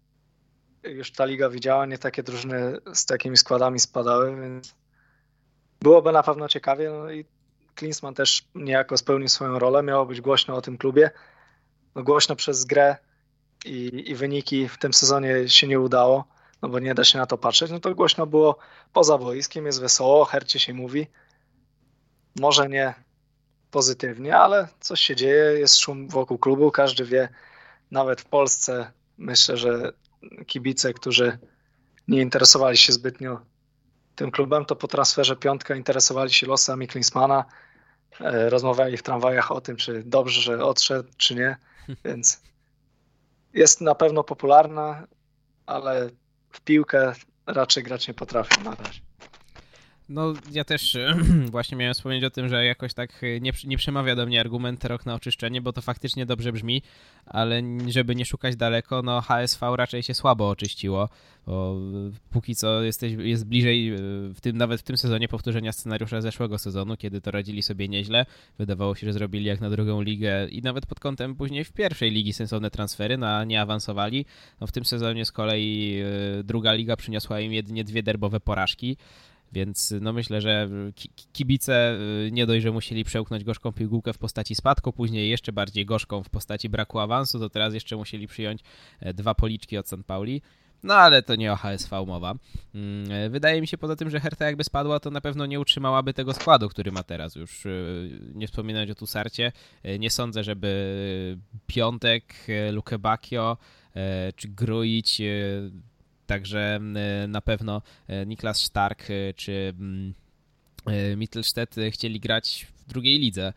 już ta liga widziała, nie takie drużyny z takimi składami spadały, więc byłoby na pewno ciekawie. No i Klinsmann też niejako spełnił swoją rolę, miało być głośno o tym klubie. No głośno przez grę i, i wyniki w tym sezonie się nie udało, no bo nie da się na to patrzeć, no to głośno było poza boiskiem, jest wesoło, o Hercie się mówi. Może nie pozytywnie, ale coś się dzieje, jest szum wokół klubu, każdy wie, nawet w Polsce myślę, że kibice, którzy nie interesowali się zbytnio tym klubem, to po transferze piątka interesowali się losami Klinsmana, rozmawiali w tramwajach o tym, czy dobrze, że odszedł, czy nie, więc jest na pewno popularna, ale w piłkę raczej grać nie potrafią na razie. No ja też właśnie miałem wspomnieć o tym, że jakoś tak nie, nie przemawia do mnie argument rok na oczyszczenie, bo to faktycznie dobrze brzmi, ale żeby nie szukać daleko, no H S V raczej się słabo oczyściło, bo póki co jesteś, jest bliżej, w tym, nawet w tym sezonie, powtórzenia scenariusza zeszłego sezonu, kiedy to radzili sobie nieźle, wydawało się, że zrobili jak na drugą ligę i nawet pod kątem później w pierwszej ligi sensowne transfery, no a nie awansowali. No w tym sezonie z kolei druga liga przyniosła im jedynie dwie derbowe porażki. Więc no myślę, że kibice nie dość, że musieli przełknąć gorzką pigułkę w postaci spadku, później jeszcze bardziej gorzką w postaci braku awansu, to teraz jeszcze musieli przyjąć dwa policzki od San Pauli. No ale to nie o H S V mowa. Wydaje mi się poza tym, że Herta jakby spadła, to na pewno nie utrzymałaby tego składu, który ma teraz. Już nie wspominając o Tussarcie, nie sądzę, żeby Piątek, Luke Bacchio czy Grujić, także na pewno Niklas Stark czy Mittelstedt chcieli grać w drugiej lidze.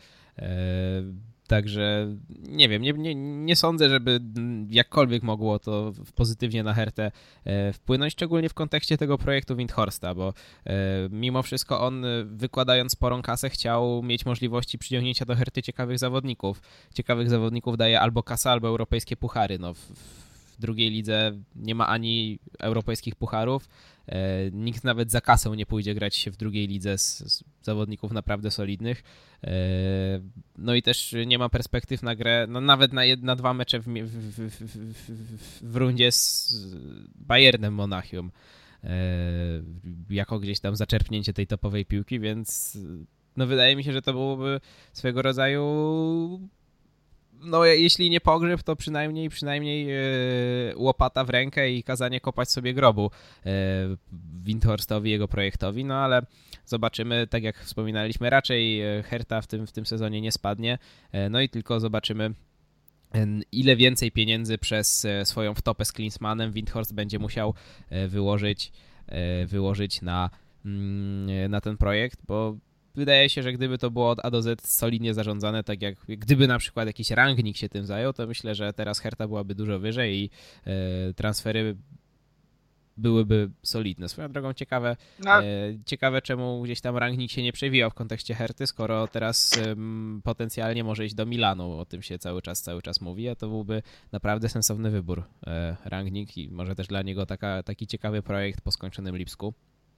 Także nie wiem, nie, nie, nie sądzę, żeby jakkolwiek mogło to pozytywnie na Hertę wpłynąć, szczególnie w kontekście tego projektu Windhorsta, bo mimo wszystko on, wykładając sporą kasę, chciał mieć możliwości przyciągnięcia do Herty ciekawych zawodników. Ciekawych zawodników daje albo kasa, albo europejskie puchary. No, w, w drugiej lidze nie ma ani europejskich pucharów, nikt nawet za kasę nie pójdzie grać się w drugiej lidze z, z zawodników naprawdę solidnych. No i też nie ma perspektyw na grę, no nawet na, jed, na dwa mecze w, w, w, w, w rundzie z Bayernem Monachium jako gdzieś tam zaczerpnięcie tej topowej piłki, więc no wydaje mi się, że to byłoby swego rodzaju, no jeśli nie pogrzeb, to przynajmniej przynajmniej yy, łopata w rękę i kazanie kopać sobie grobu yy, Windhorstowi, jego projektowi, no ale zobaczymy, tak jak wspominaliśmy, raczej Hertha w tym, w tym sezonie nie spadnie, yy, no i tylko zobaczymy, ile więcej pieniędzy przez swoją wtopę z Klinsmannem Windhorst będzie musiał wyłożyć, wyłożyć na, na ten projekt, bo wydaje się, że gdyby to było od A do Z solidnie zarządzane, tak jak gdyby na przykład jakiś Rangnick się tym zajął, to myślę, że teraz Hertha byłaby dużo wyżej i transfery byłyby solidne. Swoją drogą ciekawe, no. e, ciekawe czemu gdzieś tam Rangnick się nie przewijał w kontekście Herty, skoro teraz um, potencjalnie może iść do Milanu, o tym się cały czas cały czas mówi, a to byłby naprawdę sensowny wybór e, Rangnick i może też dla niego taka, taki ciekawy projekt po skończonym Lipsku.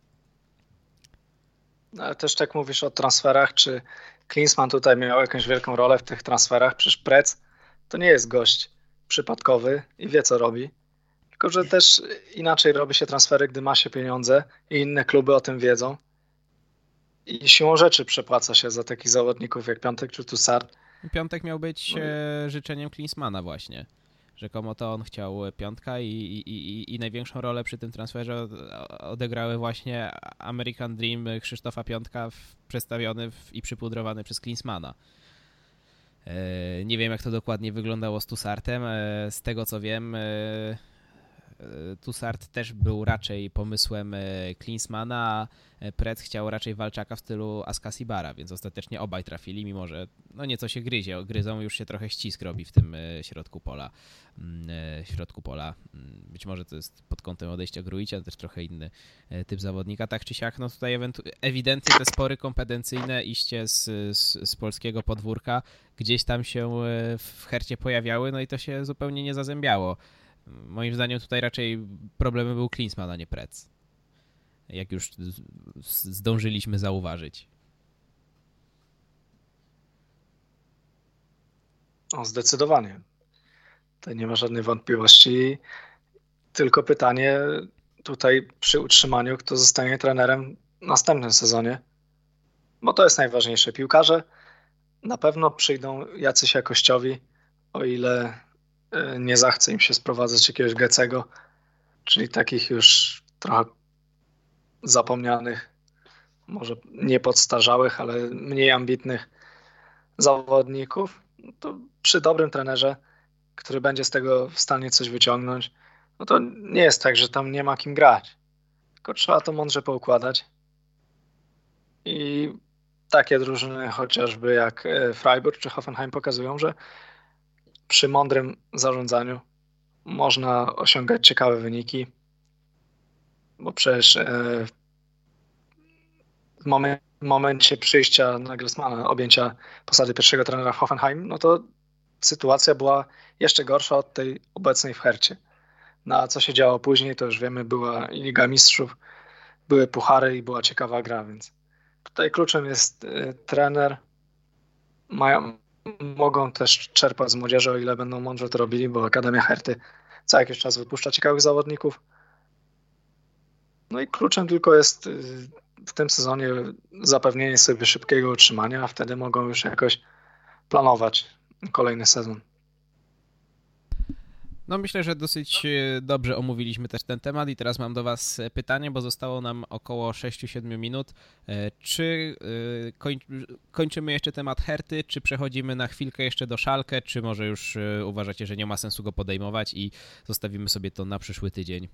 No, ale też tak mówisz o transferach, czy Klinsmann tutaj miał jakąś wielką rolę w tych transferach? Przecież Prec to nie jest gość przypadkowy i wie co robi. Tylko że też inaczej robi się transfery, gdy ma się pieniądze i inne kluby o tym wiedzą. I siłą rzeczy przepłaca się za takich zawodników jak Piątek czy Toussaint. Piątek miał być e, życzeniem Klinsmana właśnie. Rzekomo to on chciał Piątka i, i, i, i największą rolę przy tym transferze odegrały właśnie American Dream Krzysztofa Piątka w, przedstawiony w, i przypudrowany przez Klinsmana. E, nie wiem jak to dokładnie wyglądało z Toussartem. E, z tego co wiem... E, Toussaint też był raczej pomysłem Klinsmana, a Prec chciał raczej walczaka w stylu Askasibara, więc ostatecznie obaj trafili, mimo że no nieco się gryzie, gryzą, już się trochę ścisk robi w tym środku pola. środku pola. Być może to jest pod kątem odejścia Grujicia, też trochę inny typ zawodnika. Tak czy siak, no tutaj ewidentnie te spory kompetencyjne iście z, z, z polskiego podwórka gdzieś tam się w Hercie pojawiały, no i to się zupełnie nie zazębiało. Moim zdaniem tutaj raczej problemem był Klinsmann, a nie Prec. Jak już zdążyliśmy zauważyć. O, zdecydowanie. Tutaj nie ma żadnej wątpliwości. Tylko pytanie tutaj przy utrzymaniu, kto zostanie trenerem w następnym sezonie. Bo to jest najważniejsze. Piłkarze na pewno przyjdą jacyś jakościowi, o ile nie zachce im się sprowadzać jakiegoś Gecego, czyli takich już trochę zapomnianych, może nie podstarzałych, ale mniej ambitnych zawodników. To przy dobrym trenerze, który będzie z tego w stanie coś wyciągnąć, no to nie jest tak, że tam nie ma kim grać. Tylko trzeba to mądrze poukładać. I takie drużyny chociażby jak Freiburg czy Hoffenheim pokazują, że przy mądrym zarządzaniu można osiągać ciekawe wyniki, bo przecież w momencie przyjścia Nagelsmana, objęcia posady pierwszego trenera w Hoffenheim, no to sytuacja była jeszcze gorsza od tej obecnej w Hercie. No a co się działo później, to już wiemy, była Liga Mistrzów, były puchary i była ciekawa gra, więc tutaj kluczem jest trener. Mają Mogą też czerpać z młodzieży, o ile będą mądrze to robili, bo Akademia Herty co jakiś czas wypuszcza ciekawych zawodników. No i kluczem tylko jest w tym sezonie zapewnienie sobie szybkiego utrzymania, a wtedy mogą już jakoś planować kolejny sezon. No myślę, że dosyć dobrze omówiliśmy też ten temat i teraz mam do Was pytanie, bo zostało nam około sześć siedem minut. Czy koń, kończymy jeszcze temat Herty, czy przechodzimy na chwilkę jeszcze do Schalke, czy może już uważacie, że nie ma sensu go podejmować i zostawimy sobie to na przyszły tydzień?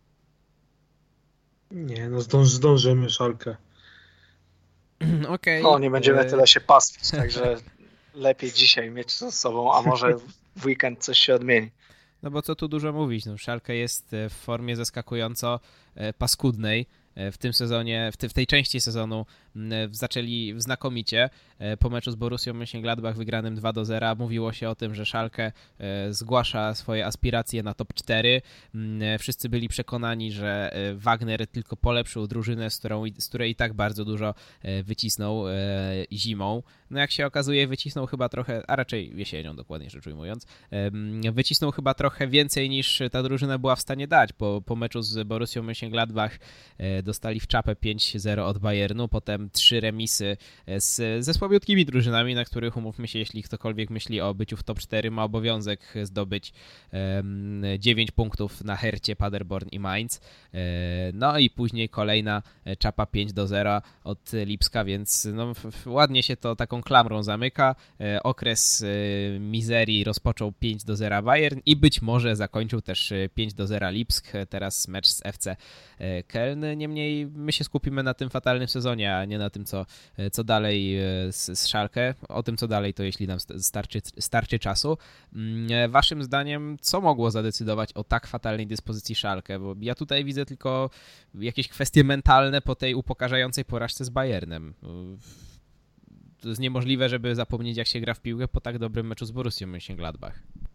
Nie, no zdąż, zdążymy Schalke. Okay. No nie będziemy tyle się pastwić, także lepiej dzisiaj mieć to z sobą, a może w weekend coś się odmieni. No bo co tu dużo mówić, no Schalke jest w formie zaskakująco paskudnej. W tym sezonie, w, te, w tej części sezonu zaczęli znakomicie. Po meczu z Borussią Mönchengladbach wygranym dwa do zera mówiło się o tym, że Schalke zgłasza swoje aspiracje na top cztery. Wszyscy byli przekonani, że Wagner tylko polepszył drużynę, z, którą, z której i tak bardzo dużo wycisnął zimą. No jak się okazuje, wycisnął chyba trochę, a raczej jesienią dokładnie rzecz ujmując, wycisnął chyba trochę więcej niż ta drużyna była w stanie dać. Po, po meczu z Borussią Mönchengladbach dostali w czapę pięć zero od Bayernu, potem trzy remisy z, ze słabiutkimi drużynami, na których, umówmy się, jeśli ktokolwiek myśli o byciu w top cztery, ma obowiązek zdobyć um, dziewięć punktów na Hercie, Paderborn i Mainz. No i później kolejna czapa pięć do zera od Lipska, więc no, ładnie się to taką klamrą zamyka. Okres mizerii rozpoczął pięć do zera Bayern i być może zakończył też pięć do zera Lipsk. Teraz mecz z F C Köln. Niemniej my się skupimy na tym fatalnym sezonie, a nie na tym, co, co dalej z, z Schalke. O tym, co dalej, to jeśli nam starczy, starczy czasu. Waszym zdaniem, co mogło zadecydować o tak fatalnej dyspozycji Schalke? Bo ja tutaj widzę tylko jakieś kwestie mentalne po tej upokarzającej porażce z Bayernem. To jest niemożliwe, żeby zapomnieć, jak się gra w piłkę po tak dobrym meczu z Borussią Mönchengladbach.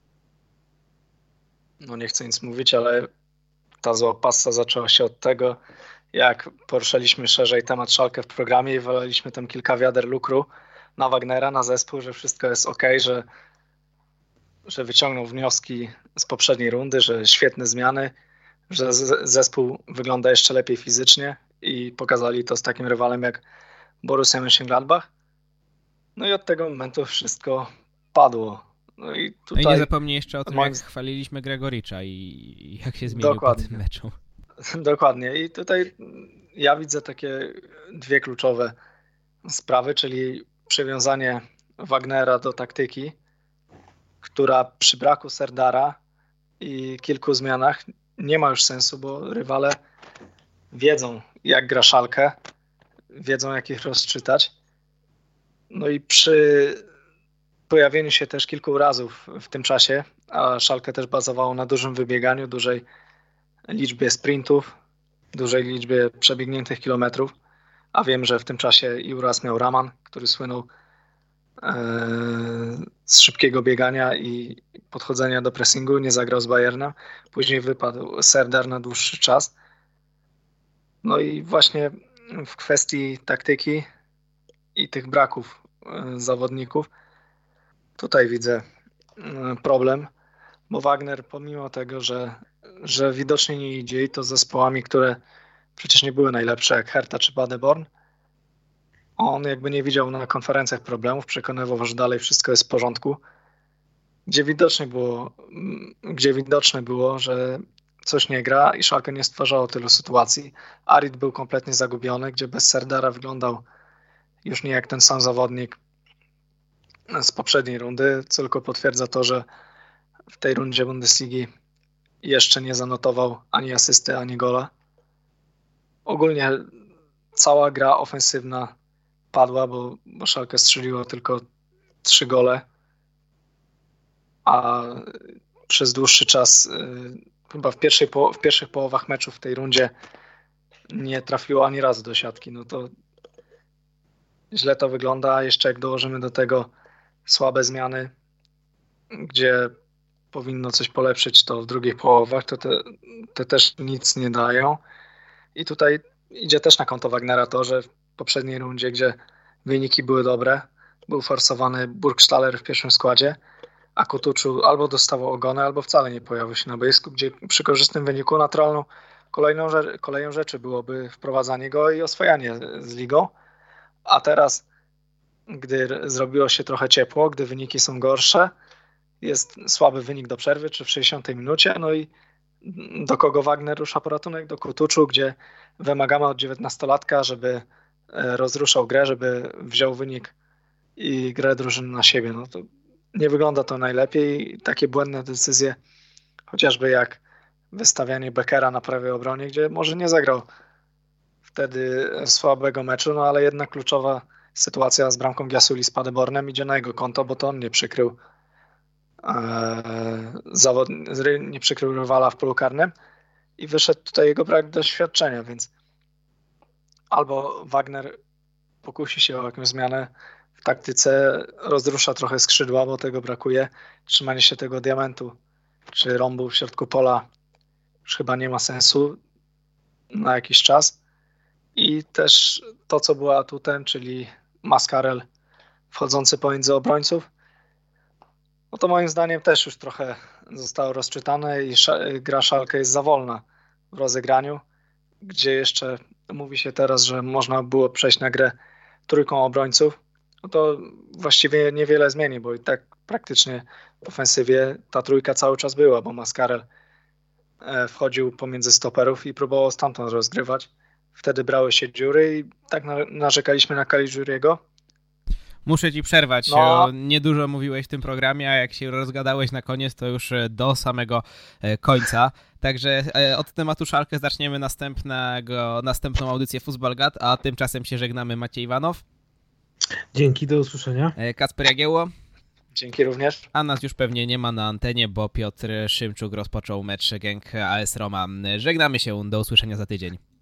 No nie chcę nic mówić, ale ta zła passa zaczęła się od tego, jak poruszaliśmy szerzej temat Schalke w programie i wylaliśmy tam kilka wiader lukru na Wagnera, na zespół, że wszystko jest ok, że, że wyciągnął wnioski z poprzedniej rundy, że świetne zmiany, że zespół wygląda jeszcze lepiej fizycznie i pokazali to z takim rywalem jak Borussia Mönchengladbach. No i od tego momentu wszystko padło. No i, tutaj... no i nie zapomnij jeszcze o tym, moim... jak chwaliliśmy Gregoricza i jak się zmienił Dokładnie. po tym meczu. Dokładnie. I tutaj ja widzę takie dwie kluczowe sprawy, czyli przywiązanie Wagnera do taktyki, która przy braku Serdara i kilku zmianach nie ma już sensu, bo rywale wiedzą, jak gra Schalke, wiedzą, jak ich rozczytać. No i przy pojawieniu się też kilku urazów w tym czasie, a Schalke też bazowało na dużym wybieganiu, dużej liczbie sprintów, dużej liczbie przebiegniętych kilometrów, a wiem, że w tym czasie i uraz miał Raman, który słynął e, z szybkiego biegania i podchodzenia do pressingu, nie zagrał z Bayernem. Później wypadł Serdar na dłuższy czas. No i właśnie w kwestii taktyki i tych braków e, zawodników tutaj widzę e, problem, bo Wagner pomimo tego, że, że widocznie nie idzie i to z zespołami, które przecież nie były najlepsze jak Hertha czy Paderborn, on jakby nie widział na konferencjach problemów, przekonywał, że dalej wszystko jest w porządku, gdzie widocznie było, gdzie widoczne było, że coś nie gra i Schalke nie stwarzało tylu sytuacji. Arid był kompletnie zagubiony, gdzie bez Serdara wyglądał już nie jak ten sam zawodnik z poprzedniej rundy, co tylko potwierdza to, że w tej rundzie Bundesligi jeszcze nie zanotował ani asysty, ani gola. Ogólnie cała gra ofensywna padła, bo, bo Schalke strzeliło tylko trzy gole, a przez dłuższy czas, chyba w, pierwszej po, w pierwszych połowach meczu w tej rundzie nie trafiło ani razu do siatki. No to źle to wygląda, a jeszcze jak dołożymy do tego słabe zmiany, gdzie powinno coś polepszyć, to w drugich połowach, to te, te też nic nie dają. I tutaj idzie też na konto Wagnera to, że w poprzedniej rundzie, gdzie wyniki były dobre, był forsowany Burgstaller w pierwszym składzie, a Kutuczu albo dostawał ogonę, albo wcale nie pojawił się na boisku, gdzie przy korzystnym wyniku naturalną kolejną, koleją rzeczy byłoby wprowadzanie go i oswajanie z ligą. A teraz, gdy zrobiło się trochę ciepło, gdy wyniki są gorsze, jest słaby wynik do przerwy, czy w sześćdziesiątej minucie, no i do kogo Wagner rusza po ratunek? Do Kutuczu, gdzie wymagamy od dziewiętnastolatka, żeby rozruszał grę, żeby wziął wynik i grę drużyny na siebie. No to nie wygląda to najlepiej. Takie błędne decyzje, chociażby jak wystawianie Beckera na prawej obronie, gdzie może nie zagrał wtedy słabego meczu, no ale jednak kluczowa sytuacja z bramką Giasuli z Paderbornem idzie na jego konto, bo to on nie przykrył e, zawod, nie przykrył rywala w polu karnym i wyszedł tutaj jego brak doświadczenia, więc albo Wagner pokusi się o jakąś zmianę w taktyce, rozrusza trochę skrzydła, bo tego brakuje, trzymanie się tego diamentu czy rąbu w środku pola już chyba nie ma sensu na jakiś czas. I też to, co było atutem, czyli Mascarel wchodzący pomiędzy obrońców, no to moim zdaniem też już trochę zostało rozczytane i gra Schalke jest za wolna w rozegraniu, gdzie jeszcze mówi się teraz, że można było przejść na grę trójką obrońców, no to właściwie niewiele zmieni, bo i tak praktycznie w ofensywie ta trójka cały czas była, bo Mascarell wchodził pomiędzy stoperów i próbował stamtąd rozgrywać. Wtedy brały się dziury i tak narzekaliśmy na Caligiuriego. Muszę ci przerwać. No. Niedużo mówiłeś w tym programie, a jak się rozgadałeś na koniec, to już do samego końca. Także od tematu Schalke zaczniemy następnego, następną audycję Fußballgat, a tymczasem się żegnamy. Maciej Iwanow. Dzięki, do usłyszenia. Kacper Jagiełło. Dzięki również. A nas już pewnie nie ma na antenie, bo Piotr Szymczuk rozpoczął mecz Genk A S Roma. Żegnamy się, do usłyszenia za tydzień.